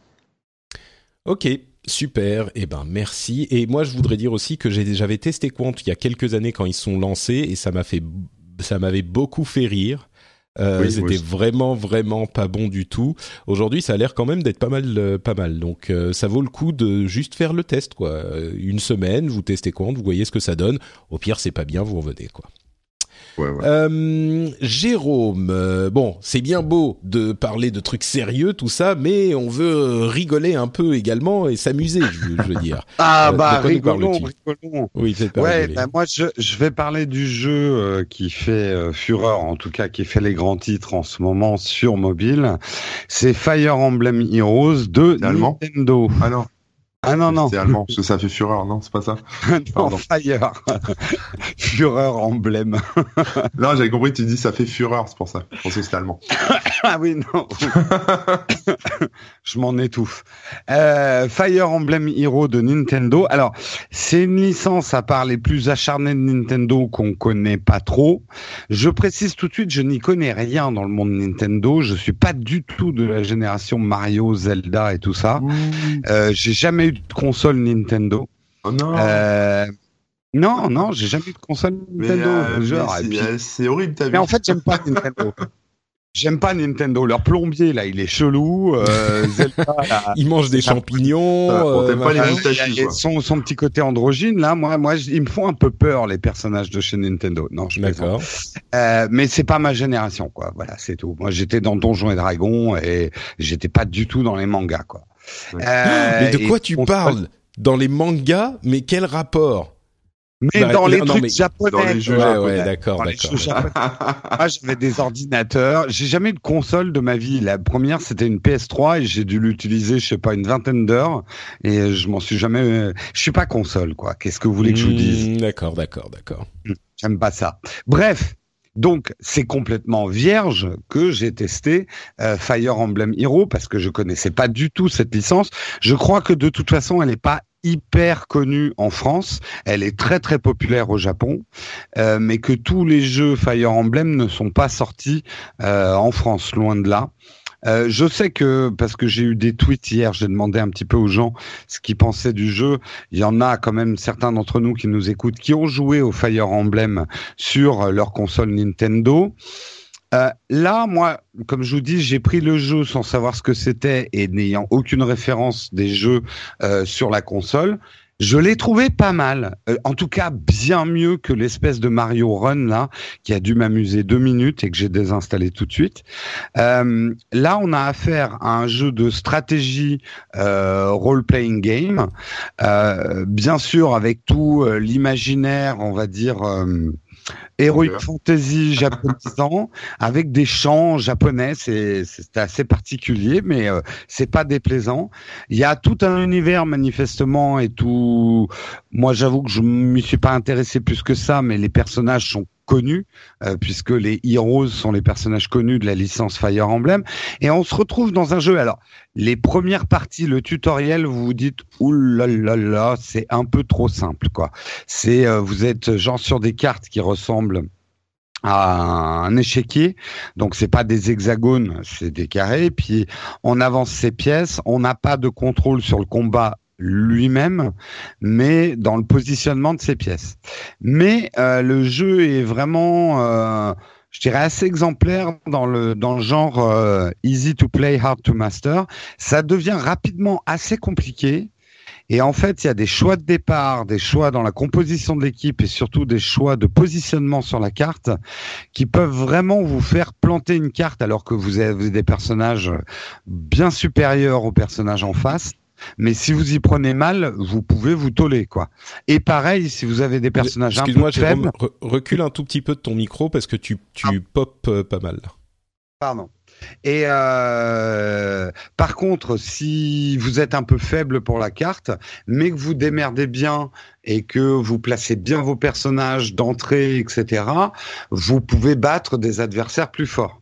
Ok, super. Eh ben, merci. Et moi, je voudrais dire aussi que j'ai, j'avais testé Quant il y a quelques années quand ils sont lancés, et ça m'a fait, ça m'avait beaucoup fait rire. Euh, oui, c'était oui. vraiment vraiment pas bon du tout. Aujourd'hui, ça a l'air quand même d'être pas mal, euh, pas mal. Donc, euh, ça vaut le coup de juste faire le test, quoi. Euh, une semaine, vous testez Quant, vous voyez ce que ça donne. Au pire, c'est pas bien, vous revenez, quoi. Ouais, ouais. Euh, Jérôme, euh, bon, c'est bien beau de parler de trucs sérieux, tout ça, mais on veut rigoler un peu également et s'amuser, je veux, je veux dire. Ah euh, bah rigolons, rigolons. Oui, faites pas ouais, rigoler. Bah, moi je, je vais parler du jeu euh, qui fait euh, fureur, en tout cas qui fait les grands titres en ce moment sur mobile. C'est Fire Emblem Heroes de Allemand. Nintendo. Ah non. Ah non, non. C'est allemand, parce que ça fait fureur, non, c'est pas ça? Non, Pardon. Fire. Fureur emblème. Non, j'avais compris, tu dis ça fait fureur, c'est pour ça. Je pensais que c'était allemand. Ah oui, non. Je m'en étouffe. Euh, Fire Emblem Hero de Nintendo. Alors, c'est une licence, à part les plus acharnés de Nintendo, qu'on connaît pas trop. Je précise tout de suite, je n'y connais rien dans le monde Nintendo. Je suis pas du tout de la génération Mario, Zelda et tout ça. Euh, j'ai jamais eu de console Nintendo. Oh non. Euh, non, non, j'ai jamais eu de console Mais, Nintendo. euh, genre, mais et c'est, puis- euh, c'est horrible ta vie. mais en fait, j'aime pas Nintendo. J'aime pas Nintendo. Leur plombier, là, il est chelou. Euh, Zelda, là, Il mange des champignons. Voilà, on euh, t'aime pas les machin. moustaches. il y a son, son petit côté androgyne, là, moi, moi, j- ils me font un peu peur, les personnages de chez Nintendo. Non, je plaisante. D'accord. Euh, mais c'est pas ma génération, quoi. Voilà, c'est tout. Moi, j'étais dans Donjons et Dragons et j'étais pas du tout dans les mangas, quoi. Ouais. Euh, Mais de et quoi tu on- parles? Dans les mangas? Mais quel rapport? Mais Bah, dans les non, trucs mais- japonais. dans les jeux Ouais, japonais. ouais, d'accord, Dans les d'accord. jeux japonais. Moi, j'avais des ordinateurs. J'ai jamais eu de console de ma vie. La première, c'était une P S trois et j'ai dû l'utiliser, je sais pas, une vingtaine d'heures. Et je m'en suis jamais. euh, Je suis pas console, quoi. Qu'est-ce que vous voulez que je vous dise? Hmm, D'accord, d'accord, d'accord. J'aime pas ça. Bref. Donc, c'est complètement vierge que j'ai testé euh, Fire Emblem Hero parce que je connaissais pas du tout cette licence. Je crois que de toute façon, elle n'est pas hyper connue en France. Elle est très très populaire au Japon, euh, mais que tous les jeux Fire Emblem ne sont pas sortis euh, en France, loin de là. Euh, je sais que, parce que j'ai eu des tweets hier, j'ai demandé un petit peu aux gens ce qu'ils pensaient du jeu. Il y en a quand même certains d'entre nous qui nous écoutent, qui ont joué au Fire Emblem sur leur console Nintendo. Euh, là, moi, comme je vous dis, j'ai pris le jeu sans savoir ce que c'était et n'ayant aucune référence des jeux euh, sur la console. Je l'ai trouvé pas mal, euh, en tout cas bien mieux que l'espèce de Mario Run là, qui a dû m'amuser deux minutes et que j'ai désinstallé tout de suite. Euh, là, on a affaire à un jeu de stratégie euh, role-playing game, euh, bien sûr avec tout euh, l'imaginaire, on va dire. Euh, Heroic D'accord. Fantasy japonisant avec des chants japonais, c'est c'est assez particulier, mais euh, c'est pas déplaisant. Il y a tout un univers manifestement et tout. Moi, j'avoue que je m'y suis pas intéressé plus que ça, mais les personnages sont connus euh, puisque les Heroes sont les personnages connus de la licence Fire Emblem et on se retrouve dans un jeu. Alors, les premières parties, le tutoriel, vous vous dites ouh là là là, c'est un peu trop simple quoi. C'est euh, vous êtes genre sur des cartes qui ressemblent à un échiquier, donc c'est pas des hexagones, c'est des carrés. Puis on avance ces pièces, on n'a pas de contrôle sur le combat lui-même, mais dans le positionnement de ces pièces. Mais euh, le jeu est vraiment, euh, je dirais, assez exemplaire dans le dans le genre euh, easy to play, hard to master. Ça devient rapidement assez compliqué. Et en fait, il y a des choix de départ, des choix dans la composition de l'équipe et surtout des choix de positionnement sur la carte qui peuvent vraiment vous faire planter une carte alors que vous avez des personnages bien supérieurs aux personnages en face. Mais si vous y prenez mal, vous pouvez vous toller, quoi. Et pareil, si vous avez des personnages un peu Excuse-moi, faibles... Jérôme, re- recule un tout petit peu de ton micro parce que tu, tu Ah. popes euh, pas mal. Pardon. Et euh, par contre, si vous êtes un peu faible pour la carte, mais que vous démerdez bien et que vous placez bien vos personnages d'entrée, et cetera, vous pouvez battre des adversaires plus forts.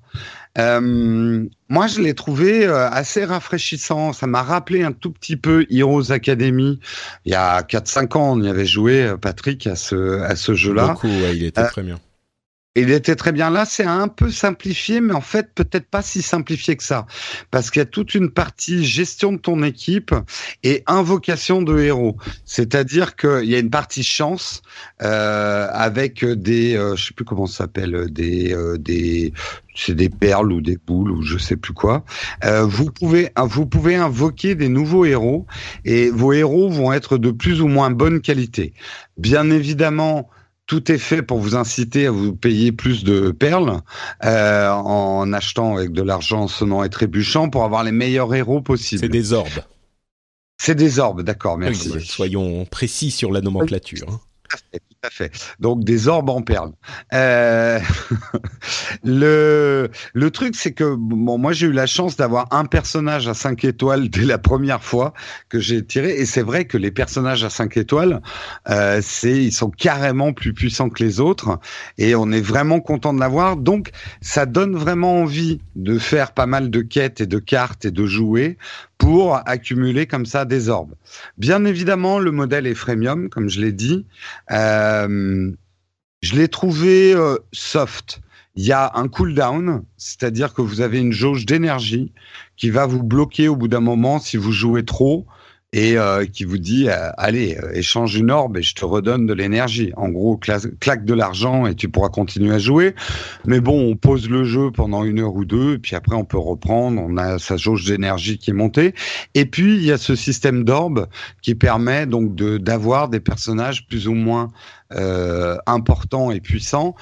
Euh, moi, je l'ai trouvé euh, assez rafraîchissant. Ça m'a rappelé un tout petit peu Heroes Academy. Il y a quatre cinq ans, on y avait joué, euh, Patrick, à ce, à ce jeu-là. Beaucoup, ouais, il était Euh, très bien. Il était très bien là, c'est un peu simplifié, mais en fait peut-être pas si simplifié que ça, parce qu'il y a toute une partie gestion de ton équipe et invocation de héros. C'est-à-dire qu'il y a une partie chance euh, avec des, euh, je sais plus comment ça s'appelle, des, euh, des, c'est des perles ou des boules ou je sais plus quoi. Euh, vous pouvez, vous pouvez invoquer des nouveaux héros et vos héros vont être de plus ou moins bonne qualité. Bien évidemment. Tout est fait pour vous inciter à vous payer plus de perles euh, en achetant avec de l'argent sonnant et trébuchant pour avoir les meilleurs héros possibles. C'est des orbes. C'est des orbes, d'accord, merci. Oui, soyons précis sur la nomenclature. hein. Tout à fait, tout à fait. Donc des orbes en perles. Euh... le le truc, c'est que bon, moi j'ai eu la chance d'avoir un personnage à cinq étoiles dès la première fois que j'ai tiré, et c'est vrai que les personnages à cinq étoiles, euh, c'est ils sont carrément plus puissants que les autres, et on est vraiment content de l'avoir. Donc ça donne vraiment envie de faire pas mal de quêtes et de cartes et de jouer pour accumuler comme ça des orbes. Bien évidemment, le modèle est freemium, comme je l'ai dit. Euh, je l'ai trouvé euh, soft. Il y a un cooldown, c'est-à-dire que vous avez une jauge d'énergie qui va vous bloquer au bout d'un moment si vous jouez trop, et euh, qui vous dit euh, allez, euh, échange une orbe et je te redonne de l'énergie. En gros, cla- claque de l'argent et tu pourras continuer à jouer. Mais bon, on pose le jeu pendant une heure ou deux, et puis après on peut reprendre, on a sa jauge d'énergie qui est montée. Et puis, il y a ce système d'orbes qui permet donc de d'avoir des personnages plus ou moins euh, importants et puissants,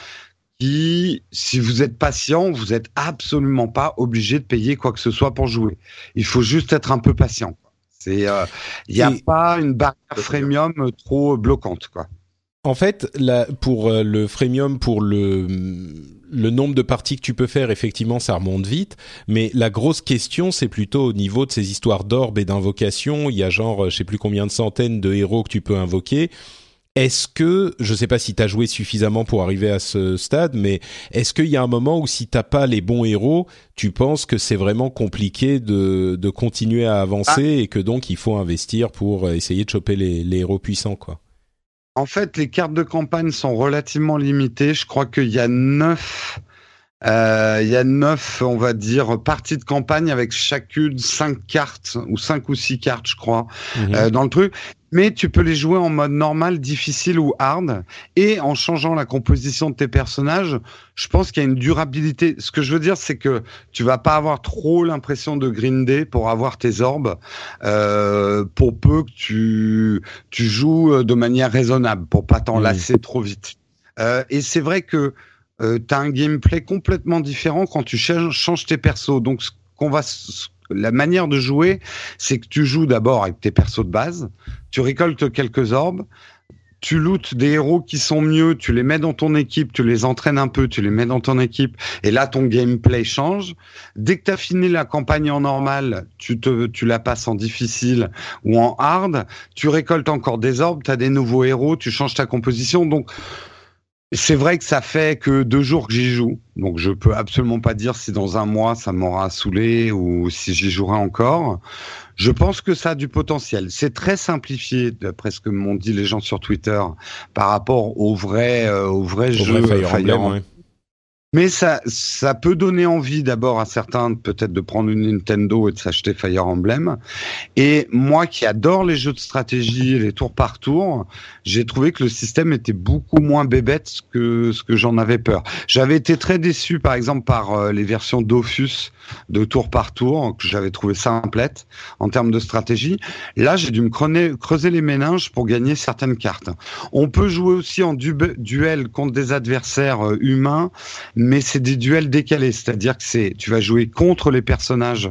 qui, si vous êtes patient, vous êtes absolument pas obligé de payer quoi que ce soit pour jouer. Il faut juste être un peu patient. C'est, il euh, n'y a et... pas une barrière freemium trop bloquante, quoi. En fait, là, pour euh, le freemium, pour le le nombre de parties que tu peux faire, effectivement, ça remonte vite. Mais la grosse question, c'est plutôt au niveau de ces histoires d'orbes et d'invocations. Il y a genre, je sais plus combien de centaines de héros que tu peux invoquer. Est-ce que, je sais pas si t'as joué suffisamment pour arriver à ce stade, mais est-ce qu'il y a un moment où si t'as pas les bons héros, tu penses que c'est vraiment compliqué de, de continuer à avancer ah. et que donc il faut investir pour essayer de choper les, les héros puissants, quoi? En fait, les cartes de campagne sont relativement limitées. Je crois qu'il y a neuf, euh, il y a neuf, on va dire, parties de campagne avec chacune cinq cartes ou cinq ou six cartes, je crois, mmh. euh, dans le truc. Mais tu peux les jouer en mode normal, difficile ou hard, et en changeant la composition de tes personnages, je pense qu'il y a une durabilité. Ce que je veux dire, c'est que tu vas pas avoir trop l'impression de grinder pour avoir tes orbes, euh, pour peu que tu tu joues de manière raisonnable, pour pas t'en lasser mmh. trop vite. Euh, et c'est vrai que euh, t'as un gameplay complètement différent quand tu changes, changes tes persos. Donc ce qu'on va La manière de jouer, c'est que tu joues d'abord avec tes persos de base, tu récoltes quelques orbes, tu lootes des héros qui sont mieux, tu les mets dans ton équipe, tu les entraînes un peu, tu les mets dans ton équipe, et là ton gameplay change. Dès que tu as fini la campagne en normal, tu te, tu la passes en difficile ou en hard, tu récoltes encore des orbes, tu as des nouveaux héros, tu changes ta composition, donc c'est vrai que ça fait que deux jours que j'y joue, donc je peux absolument pas dire si dans un mois ça m'aura saoulé ou si j'y jouerai encore. Je pense que ça a du potentiel. C'est très simplifié, d'après ce que m'ont dit les gens sur Twitter, par rapport au vrai, euh, au vrai au jeu vrai Fire Emblem. Fire... Ouais. Mais ça, ça peut donner envie d'abord à certains peut-être de prendre une Nintendo et de s'acheter Fire Emblem. Et moi qui adore les jeux de stratégie, les tours par tour, j'ai trouvé que le système était beaucoup moins bébête que ce que j'en avais peur. J'avais été très déçu par exemple par euh, les versions Dofus de tour par tour, que j'avais trouvé simplettes en termes de stratégie. Là, j'ai dû me creuser, creuser les méninges pour gagner certaines cartes. On peut jouer aussi en du- duel contre des adversaires euh, humains, mais c'est des duels décalés, c'est-à-dire que c'est, tu vas jouer contre les personnages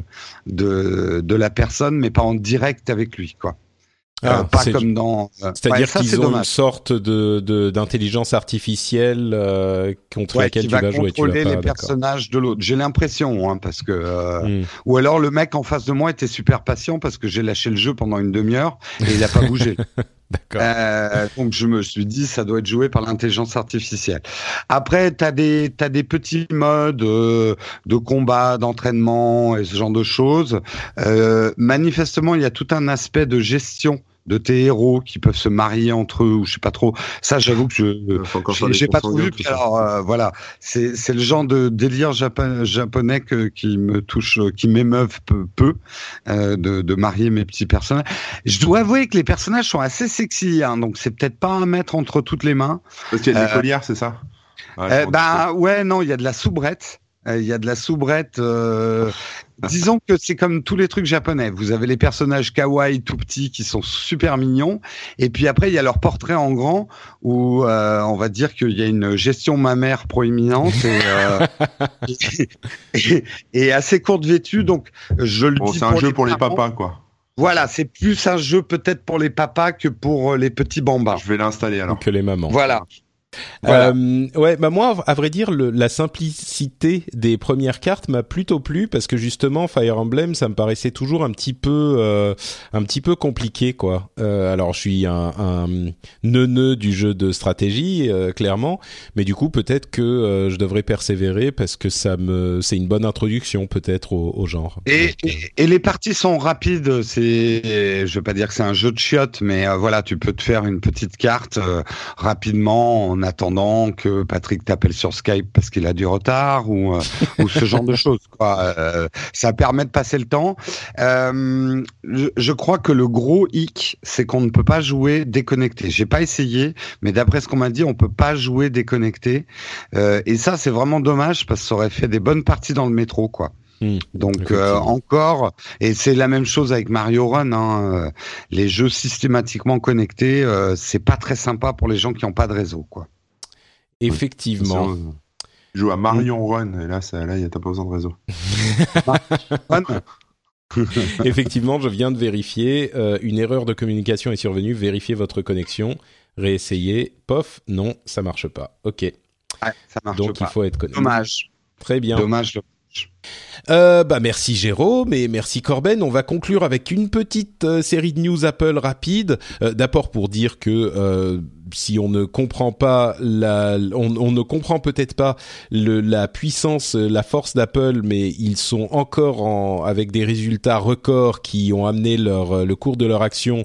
de de la personne, mais pas en direct avec lui, quoi. Ah, euh, pas comme dans. Euh, C'est-à-dire ouais, qu'ils ont dommage. Une sorte de, de d'intelligence artificielle euh, contre ouais, laquelle qui tu va vas jouer. Contrôler tu vas pas, les personnages de l'autre. J'ai l'impression, hein, parce que. Euh, mm. Ou alors le mec en face de moi était super patient parce que j'ai lâché le jeu pendant une demi-heure et il a pas bougé. D'accord. Euh, donc je me suis dit ça doit être joué par l'intelligence artificielle. Après t'as des t'as des petits modes euh, de combat, d'entraînement et ce genre de choses. Euh, manifestement il y a tout un aspect de gestion de tes héros qui peuvent se marier entre eux ou je sais pas trop. Ça j'avoue que je j'ai, j'ai pas trop vu. Puis alors euh, voilà, c'est c'est le genre de délire japonais, japonais que, qui me touche, qui m'émeuve peu, peu euh, de de marier mes petits personnages. Je dois avouer que les personnages sont assez sexy, hein, donc c'est peut-être pas à mettre entre toutes les mains. Parce qu'il y a des euh, collières, c'est ça? Ouais, euh, bah ouais, non, il y a de la soubrette. Il euh, y a de la soubrette. Euh, disons que c'est comme tous les trucs japonais. Vous avez les personnages kawaii tout petits qui sont super mignons, et puis après il y a leur portrait en grand où euh, on va dire qu'il y a une gestion mammaire proéminente et, euh, et, et, et assez courte vêtue. Donc je le bon, dis. C'est un jeu pour les papas, quoi. Voilà, c'est plus un jeu peut-être pour les papas que pour les petits bambins. Je vais l'installer alors. Que les mamans. Voilà. Voilà. Euh, ouais, bah moi, à vrai dire, le, la simplicité des premières cartes m'a plutôt plu parce que justement, Fire Emblem, ça me paraissait toujours un petit peu, euh, un petit peu compliqué, quoi. Euh, alors, je suis un, un neuneu du jeu de stratégie, euh, clairement, mais du coup, peut-être que euh, je devrais persévérer parce que ça me, c'est une bonne introduction, peut-être au, au genre. Et, Donc, euh... et, et les parties sont rapides. C'est, je veux pas dire que c'est un jeu de chiottes, mais euh, voilà, tu peux te faire une petite carte euh, rapidement en attendant que Patrick t'appelle sur Skype parce qu'il a du retard ou euh, ou ce genre de choses, quoi. Euh, ça permet de passer le temps. Euh, je, je crois que le gros hic, c'est qu'on ne peut pas jouer déconnecté. J'ai pas essayé, mais d'après ce qu'on m'a dit, on peut pas jouer déconnecté. Euh, et ça, c'est vraiment dommage parce que ça aurait fait des bonnes parties dans le métro, quoi. Mmh, Donc euh, encore, et c'est la même chose avec Mario Run, hein, euh, les jeux systématiquement connectés, euh, c'est pas très sympa pour les gens qui n'ont pas de réseau, quoi. Effectivement. Tu joues à Marion Run, et là, ça, là, y a, t'as pas besoin de réseau. Effectivement, je viens de vérifier, euh, une erreur de communication est survenue, vérifiez votre connexion, réessayez, pof, non, ça marche pas. Ok. Ouais, ça marche Donc pas. il faut être connecté. Dommage. Très bien. Dommage. Euh, bah merci Jérôme et merci Corben. On va conclure avec une petite euh, série de news Apple rapide. Euh, d'abord pour dire que euh, si on ne comprend pas la, on, on ne comprend peut-être pas le, la puissance, la force d'Apple, mais ils sont encore en, avec des résultats records qui ont amené leur le cours de leur action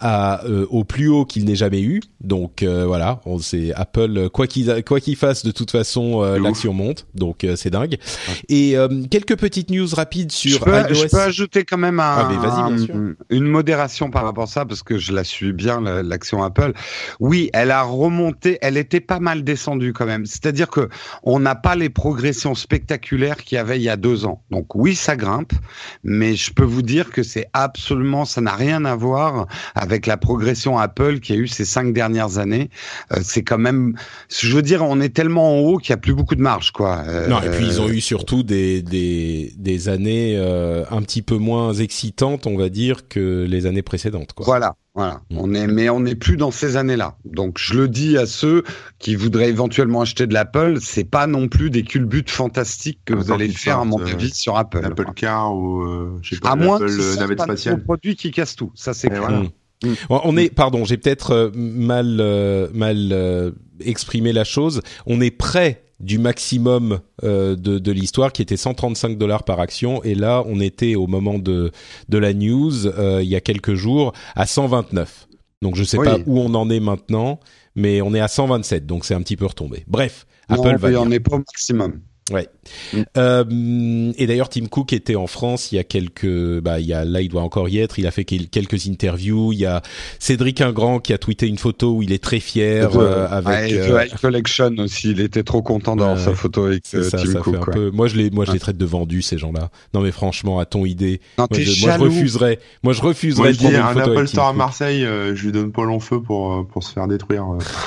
à euh, au plus haut qu'il n'ait jamais eu. Donc euh, voilà, on c'est Apple quoi qu'il quoi qu'il fasse de toute façon euh, l'action monte. Donc euh, c'est dingue. Et euh, quelques petites news rapides sur je peux, iOS. Je peux ajouter quand même un, ah, mais vas-y, bien sûr. une modération par rapport à ça parce que je la suis bien l'action Apple. Oui, elle a remonté, elle était pas mal descendue quand même. C'est-à-dire que on n'a pas les progressions spectaculaires qu'il y avait il y a deux ans. Donc oui, ça grimpe, mais je peux vous dire que c'est absolument, ça n'a rien à voir avec la progression Apple qui a eu ces cinq dernières années. Euh, c'est quand même, je veux dire, on est tellement en haut qu'il y a plus beaucoup de marge, quoi. Euh, non, et puis ils ont eu surtout des des des années euh, un petit peu moins excitantes, on va dire, que les années précédentes, quoi. Voilà. Voilà, mmh. on est, mais on n'est plus dans ces années-là. Donc je le dis à ceux qui voudraient éventuellement acheter de l'Apple, c'est pas non plus des culbutes fantastiques que ah, vous allez faire à mon avis euh, sur Apple. Apple Car ou euh, je sais pas, à moins Apple que navette spatiale. Un produit qui casse tout, ça c'est clair. Voilà. Mmh. Mmh. On est, pardon, j'ai peut-être euh, mal euh, mal euh, exprimé la chose. On est près du maximum euh, de, de l'histoire qui était cent trente-cinq dollars par action et là on était au moment de de la news euh, il y a quelques jours à cent vingt-neuf. Donc je sais oui. pas où on en est maintenant, mais on est à cent vingt-sept, donc c'est un petit peu retombé. Bref, non, Apple va bien. On n'est pas au maximum. Ouais. Mm. Euh, et d'ailleurs, Tim Cook était en France il y a quelques, bah, il y a, là, il doit encore y être. Il a fait quelques interviews. Il y a Cédric Ingrand qui a tweeté une photo où il est très fier The, euh, avec. Ouais, euh, The Collection aussi. Il était trop content d'avoir euh, sa photo avec euh, ça, Tim ça Cook. Fait un ouais. peu... Moi, je les, moi, je les traite de vendus ces gens-là. Non, mais franchement, à ton idée, non, moi, je, moi, je refuserais. Moi, je refuserais. Moi, je dis une un photo Apple Store à Marseille, euh, je lui donne pas long feu pour pour se faire détruire.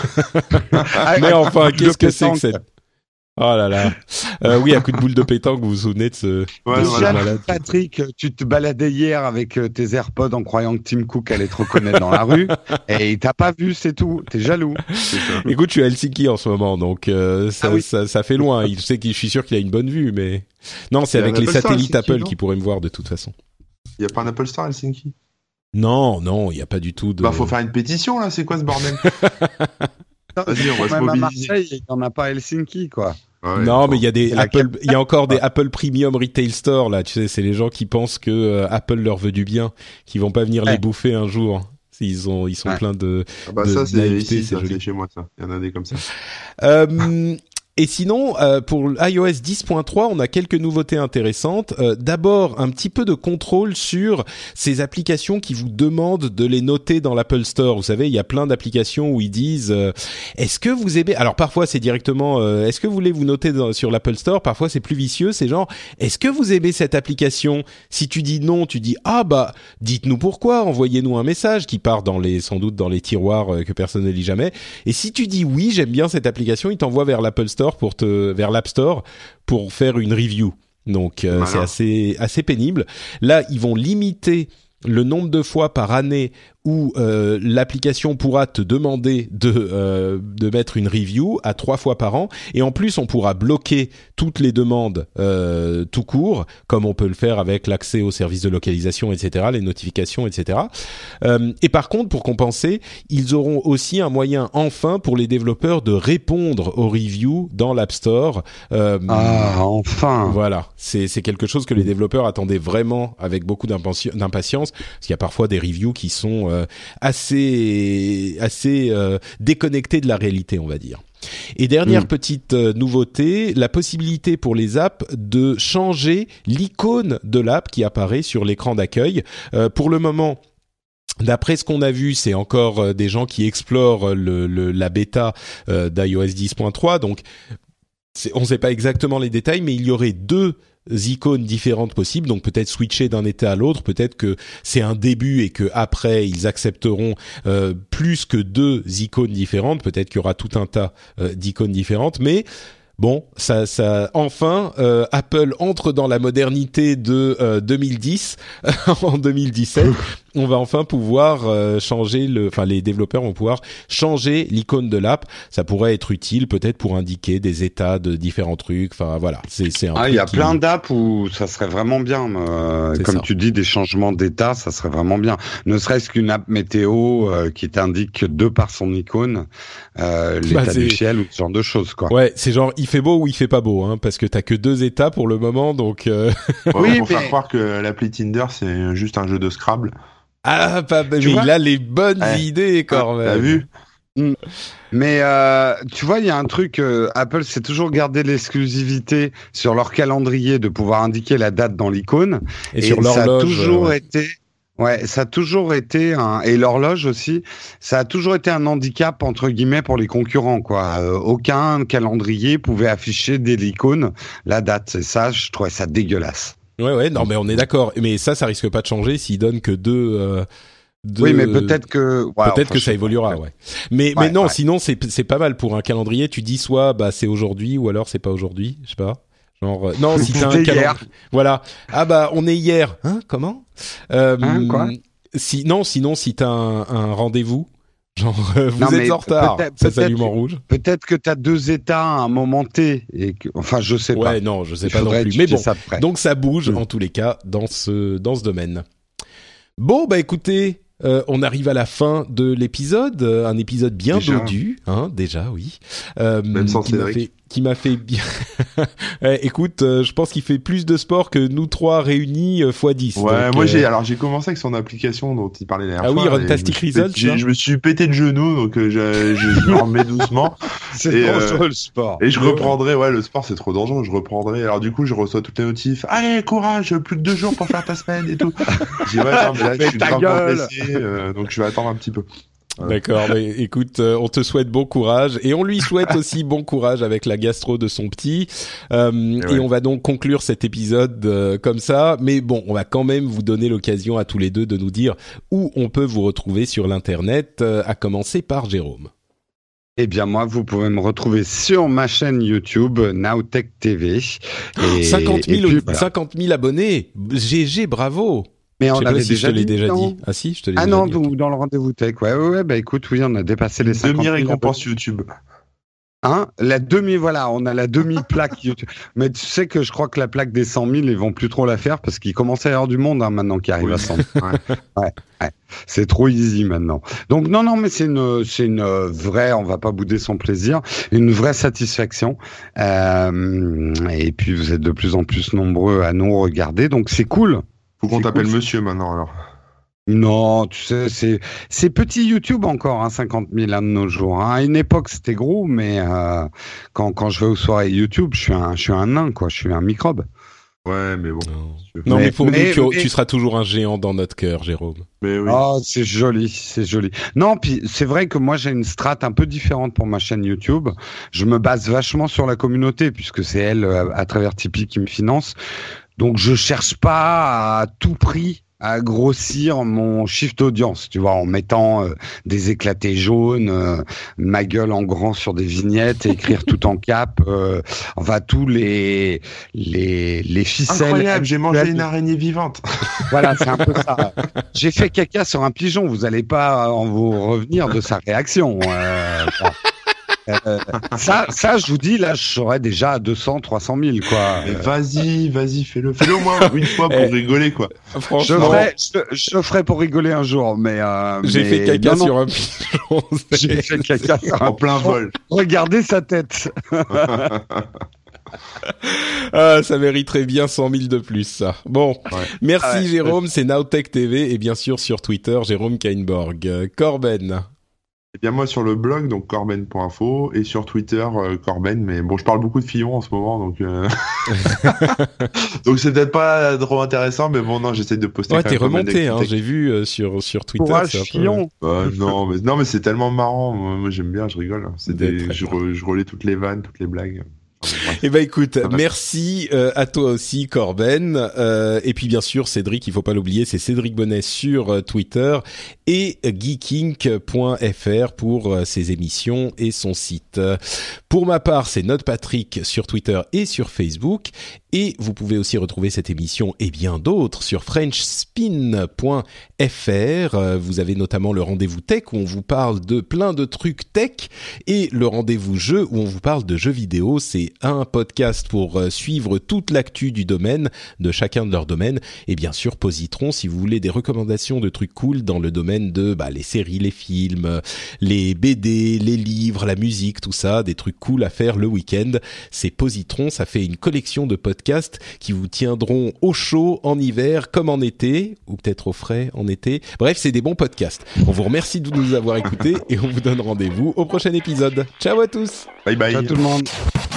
Mais enfin, qu'est-ce que c'est que cette Oh là là. Euh, oui, à coup de boule de pétanque, vous vous souvenez de ce, ouais, de voilà. ce malade. Patrick, tu te baladais hier avec tes AirPods en croyant que Tim Cook allait te reconnaître dans la rue et il t'a pas vu, c'est tout. T'es jaloux. Écoute, je suis à Helsinki en ce moment, donc euh, ça, ah oui. ça, ça fait loin. Il sait qu'il, je suis sûr qu'il a une bonne vue, mais non, c'est avec les satellites Apple qui pourraient me voir de toute façon. Il y a pas un Apple Store à Helsinki? Non, non, il y a pas du tout de. Bah, faut faire une pétition là. C'est quoi ce bordel? Vas-y, on va se mobiliser. Même à Marseille, il y en a pas à Helsinki, quoi. Ah ouais, non, mais il y a des Apple, il y a encore des Apple Premium Retail Store là. Tu sais, c'est les gens qui pensent que euh, Apple leur veut du bien, qui vont pas venir ouais. les bouffer un jour. Ils ont, ils sont ouais. pleins de. Ah bah de ça c'est ici, c'est, c'est chez moi ça. Il y en a des comme ça. Euh, Et sinon, euh, pour iOS dix point trois, on a quelques nouveautés intéressantes. Euh, d'abord, un petit peu de contrôle sur ces applications qui vous demandent de les noter dans l'Apple Store. Vous savez, il y a plein d'applications où ils disent euh, « Est-ce que vous aimez… » Alors parfois, c'est directement euh, « Est-ce que vous voulez vous noter dans, sur l'Apple Store ?» Parfois, c'est plus vicieux. C'est genre « Est-ce que vous aimez cette application ?» Si tu dis non, tu dis « Ah bah, dites-nous pourquoi, envoyez-nous un message qui part dans les, sans doute dans les tiroirs euh, que personne ne lit jamais. » Et si tu dis « Oui, j'aime bien cette application », il t'envoie vers l'Apple Store pour te vers l'App Store pour faire une review. Donc euh, c'est assez assez pénible. Là, ils vont limiter le nombre de fois par année où euh, l'application pourra te demander de euh, de mettre une review à trois fois par an, et en plus on pourra bloquer toutes les demandes euh, tout court, comme on peut le faire avec l'accès aux services de localisation, et cetera, les notifications, et cetera. Euh, et par contre, pour compenser, ils auront aussi un moyen enfin pour les développeurs de répondre aux reviews dans l'App Store. Euh, ah, enfin. Voilà, c'est c'est quelque chose que les développeurs attendaient vraiment avec beaucoup d'impatience, parce qu'il y a parfois des reviews qui sont euh, assez assez euh, déconnectées de la réalité, on va dire. Et dernière mmh. petite euh, nouveauté, la possibilité pour les apps de changer l'icône de l'app qui apparaît sur l'écran d'accueil. Euh, pour le moment, d'après ce qu'on a vu, c'est encore euh, des gens qui explorent le, le, la bêta euh, d'iOS dix point trois, donc c'est, on ne sait pas exactement les détails, mais il y aurait deux icônes différentes possibles, donc peut-être switcher d'un état à l'autre, peut-être que c'est un début et que après ils accepteront euh, plus que deux icônes différentes, peut-être qu'il y aura tout un tas euh, d'icônes différentes, mais bon, ça, ça, enfin, euh, Apple entre dans la modernité de euh, deux mille dix en deux mille dix-sept. On va enfin pouvoir euh, changer le, enfin les développeurs vont pouvoir changer l'icône de l'app. Ça pourrait être utile peut-être pour indiquer des états de différents trucs. Enfin voilà, c'est c'est un. Ah, il y a qui... plein d'apps où ça serait vraiment bien. Euh, comme ça. Tu dis, des changements d'état, ça serait vraiment bien. Ne serait-ce qu'une app météo euh, qui t'indique de par son icône euh, l'état bah, du ciel ou ce genre de choses, quoi. Ouais, c'est genre il fait beau ou il fait pas beau, hein, parce que t'as que deux états pour le moment, donc. Euh... Ouais, oui, pour mais... faire croire que l'appli Tinder c'est juste un jeu de Scrabble. Ah, pas, mais il a les bonnes ouais. idées, quand même. T'as vu? Mmh. Mais euh, tu vois, il y a un truc, euh, Apple s'est toujours gardé l'exclusivité sur leur calendrier de pouvoir indiquer la date dans l'icône. Et, et sur l'horloge. Ça a toujours ouais. été... Ouais, ça a toujours été un, et l'horloge aussi, ça a toujours été un handicap entre guillemets pour les concurrents, quoi. Euh, aucun calendrier pouvait afficher dès l'icône la date. Et ça, je trouvais ça dégueulasse. Ouais, ouais, non, mais on est d'accord. Mais ça, ça risque pas de changer s'ils donnent que deux. Euh, deux... Oui, mais peut-être que. Ouais, peut-être enfin, que ça évoluera, ouais. Mais, ouais, mais non, ouais. sinon c'est c'est pas mal pour un calendrier. Tu dis soit bah c'est aujourd'hui ou alors c'est pas aujourd'hui, je sais pas. Genre euh, non, si t'as un calendrier. Voilà. Ah bah on est hier. Hein, comment euh, hein, quoi si non, sinon si t'as un, un rendez-vous. Genre, euh, vous non, êtes en retard, ça s'allume en rouge. Peut-être que tu as deux états à un moment T. Et que, enfin, je sais ouais, pas. Ouais, non, je sais Il pas non plus. Mais bon, ça donc ça bouge mmh. en tous les cas dans ce, dans ce domaine. Bon, bah écoutez, euh, on arrive à la fin de l'épisode. Euh, un épisode bien déjà. dodu, hein, déjà, oui. Euh, Même sans qui m'a fait, qui m'a fait bien... ouais, écoute, euh, je pense qu'il fait plus de sport que nous trois réunis euh, fois dix. Ouais, donc, moi euh... j'ai alors j'ai commencé avec son application dont il parlait la dernière ah fois. Ah oui, Runtastic Results. Je, je me suis pété de genoux, donc euh, je, je, je me remets doucement. C'est et, dangereux euh, le sport. Et je reprendrai, ouais, le sport c'est trop dangereux, je reprendrai. Alors du coup, je reçois toutes les notifs. Allez, courage, plus que deux jours pour faire ta semaine et tout. J'ai dit, ouais, non, mais là, je suis grave blessé, euh, donc je vais attendre un petit peu. D'accord, mais écoute, euh, on te souhaite bon courage et on lui souhaite aussi bon courage avec la gastro de son petit. Euh, et, ouais. et on va donc conclure cet épisode euh, comme ça. Mais bon, on va quand même vous donner l'occasion à tous les deux de nous dire où on peut vous retrouver sur l'internet, euh, à commencer par Jérôme. Eh bien moi, vous pouvez me retrouver sur ma chaîne YouTube Nowtech T V. Et, cinquante mille, et puis, voilà. cinquante mille abonnés, G G, bravo. Mais on avait si déjà je te l'ai dit, déjà non. dit. Ah si, je te l'ai ah déjà non, dit. Ah non, dans le rendez-vous tech. Ouais, ouais, ouais, bah écoute, oui, on a dépassé les cinquante mille. Demi-récompense YouTube. Hein, la demi, voilà, on a la demi-plaque YouTube. Mais tu sais que je crois que la plaque des cent mille, ils vont plus trop la faire parce qu'il commence à y avoir du monde, hein, maintenant qui arrive oui. à cent. Ouais, ouais, ouais. C'est trop easy maintenant. Donc non, non, mais c'est une, c'est une vraie, on va pas bouder son plaisir, une vraie satisfaction. Euh, et puis vous êtes de plus en plus nombreux à nous regarder, donc c'est cool. Faut qu'on c'est t'appelle cool. monsieur maintenant alors. Non, tu sais, c'est c'est petit YouTube encore, hein, cinquante mille hein, de nos jours. Hein. À une époque, c'était gros, mais euh, quand quand je vais aux soirées YouTube, je suis un je suis un nain, quoi. Je suis un microbe. Ouais, mais bon. Non, non mais, mais pour mais, nous, tu, mais... tu seras toujours un géant dans notre cœur, Jérôme. Mais oui. Oh, c'est joli, c'est joli. Non, puis c'est vrai que moi j'ai une strate un peu différente pour ma chaîne YouTube. Je me base vachement sur la communauté puisque c'est elle, à, à travers Tipeee, qui me finance. Donc je cherche pas à tout prix à grossir mon chiffre d'audience, tu vois, en mettant euh, des éclatés jaunes, euh, ma gueule en grand sur des vignettes, et écrire tout en cap, euh, enfin tous les les les ficelles. Incroyable, j'ai mangé une araignée vivante. Voilà, c'est un peu ça. J'ai fait caca sur un pigeon, vous allez pas en vous revenir de sa réaction. Euh, bon. Euh, ça, ça, je vous dis, là, je serais déjà à deux cents, trois cent mille, quoi. Mais vas-y, vas-y, fais-le. Fais-le au moins une fois pour rigoler, quoi. Je ferai, je, je ferai pour rigoler un jour, mais... Euh, J'ai mais... fait caca non, sur non. un pigeon. J'ai fait caca sur un en plein vol. Regardez sa tête. Ah, ça mériterait bien cent mille de plus, ça. Bon, ouais. Merci ah ouais, Jérôme, ouais. C'est Nowtech T V, et bien sûr sur Twitter, Jérôme Kainborg. Euh, Corben. Eh bien moi sur le blog, donc corben point info, et sur Twitter, euh, Corben, mais bon, je parle beaucoup de Fillon en ce moment, donc euh... donc c'est peut-être pas trop intéressant, mais bon, non, j'essaie de poster. Ouais, t'es remonté, hein, j'ai vu euh, sur sur Twitter. Courage, Fillon. Peu... Euh, non, mais non, mais c'est tellement marrant. Moi, moi j'aime bien, je rigole. C'est des... je, re... je relais toutes les vannes, toutes les blagues. Eh ben écoute, merci euh, à toi aussi Corben, euh, et puis bien sûr Cédric, il faut pas l'oublier, c'est Cédric Bonnet sur euh, Twitter et geeking point f r pour euh, ses émissions et son site. Pour ma part, c'est Note Patrick sur Twitter et sur Facebook, et vous pouvez aussi retrouver cette émission et bien d'autres sur french spin point f r. Euh, vous avez notamment le rendez-vous tech où on vous parle de plein de trucs tech, et le rendez-vous jeu où on vous parle de jeux vidéo. C'est un podcast pour euh, suivre toute l'actu du domaine, de chacun de leurs domaines, et bien sûr Positron si vous voulez des recommandations de trucs cool dans le domaine de bah, les séries, les films, les B D, les livres, la musique, tout ça, des trucs cool à faire le week-end. C'est Positron, ça fait une collection de podcasts qui vous tiendront au chaud en hiver comme en été, ou peut-être au frais en été. Bref, c'est des bons podcasts. On vous remercie de nous avoir écoutés et on vous donne rendez-vous au prochain épisode. Ciao à tous. Bye bye. Ciao tout le monde.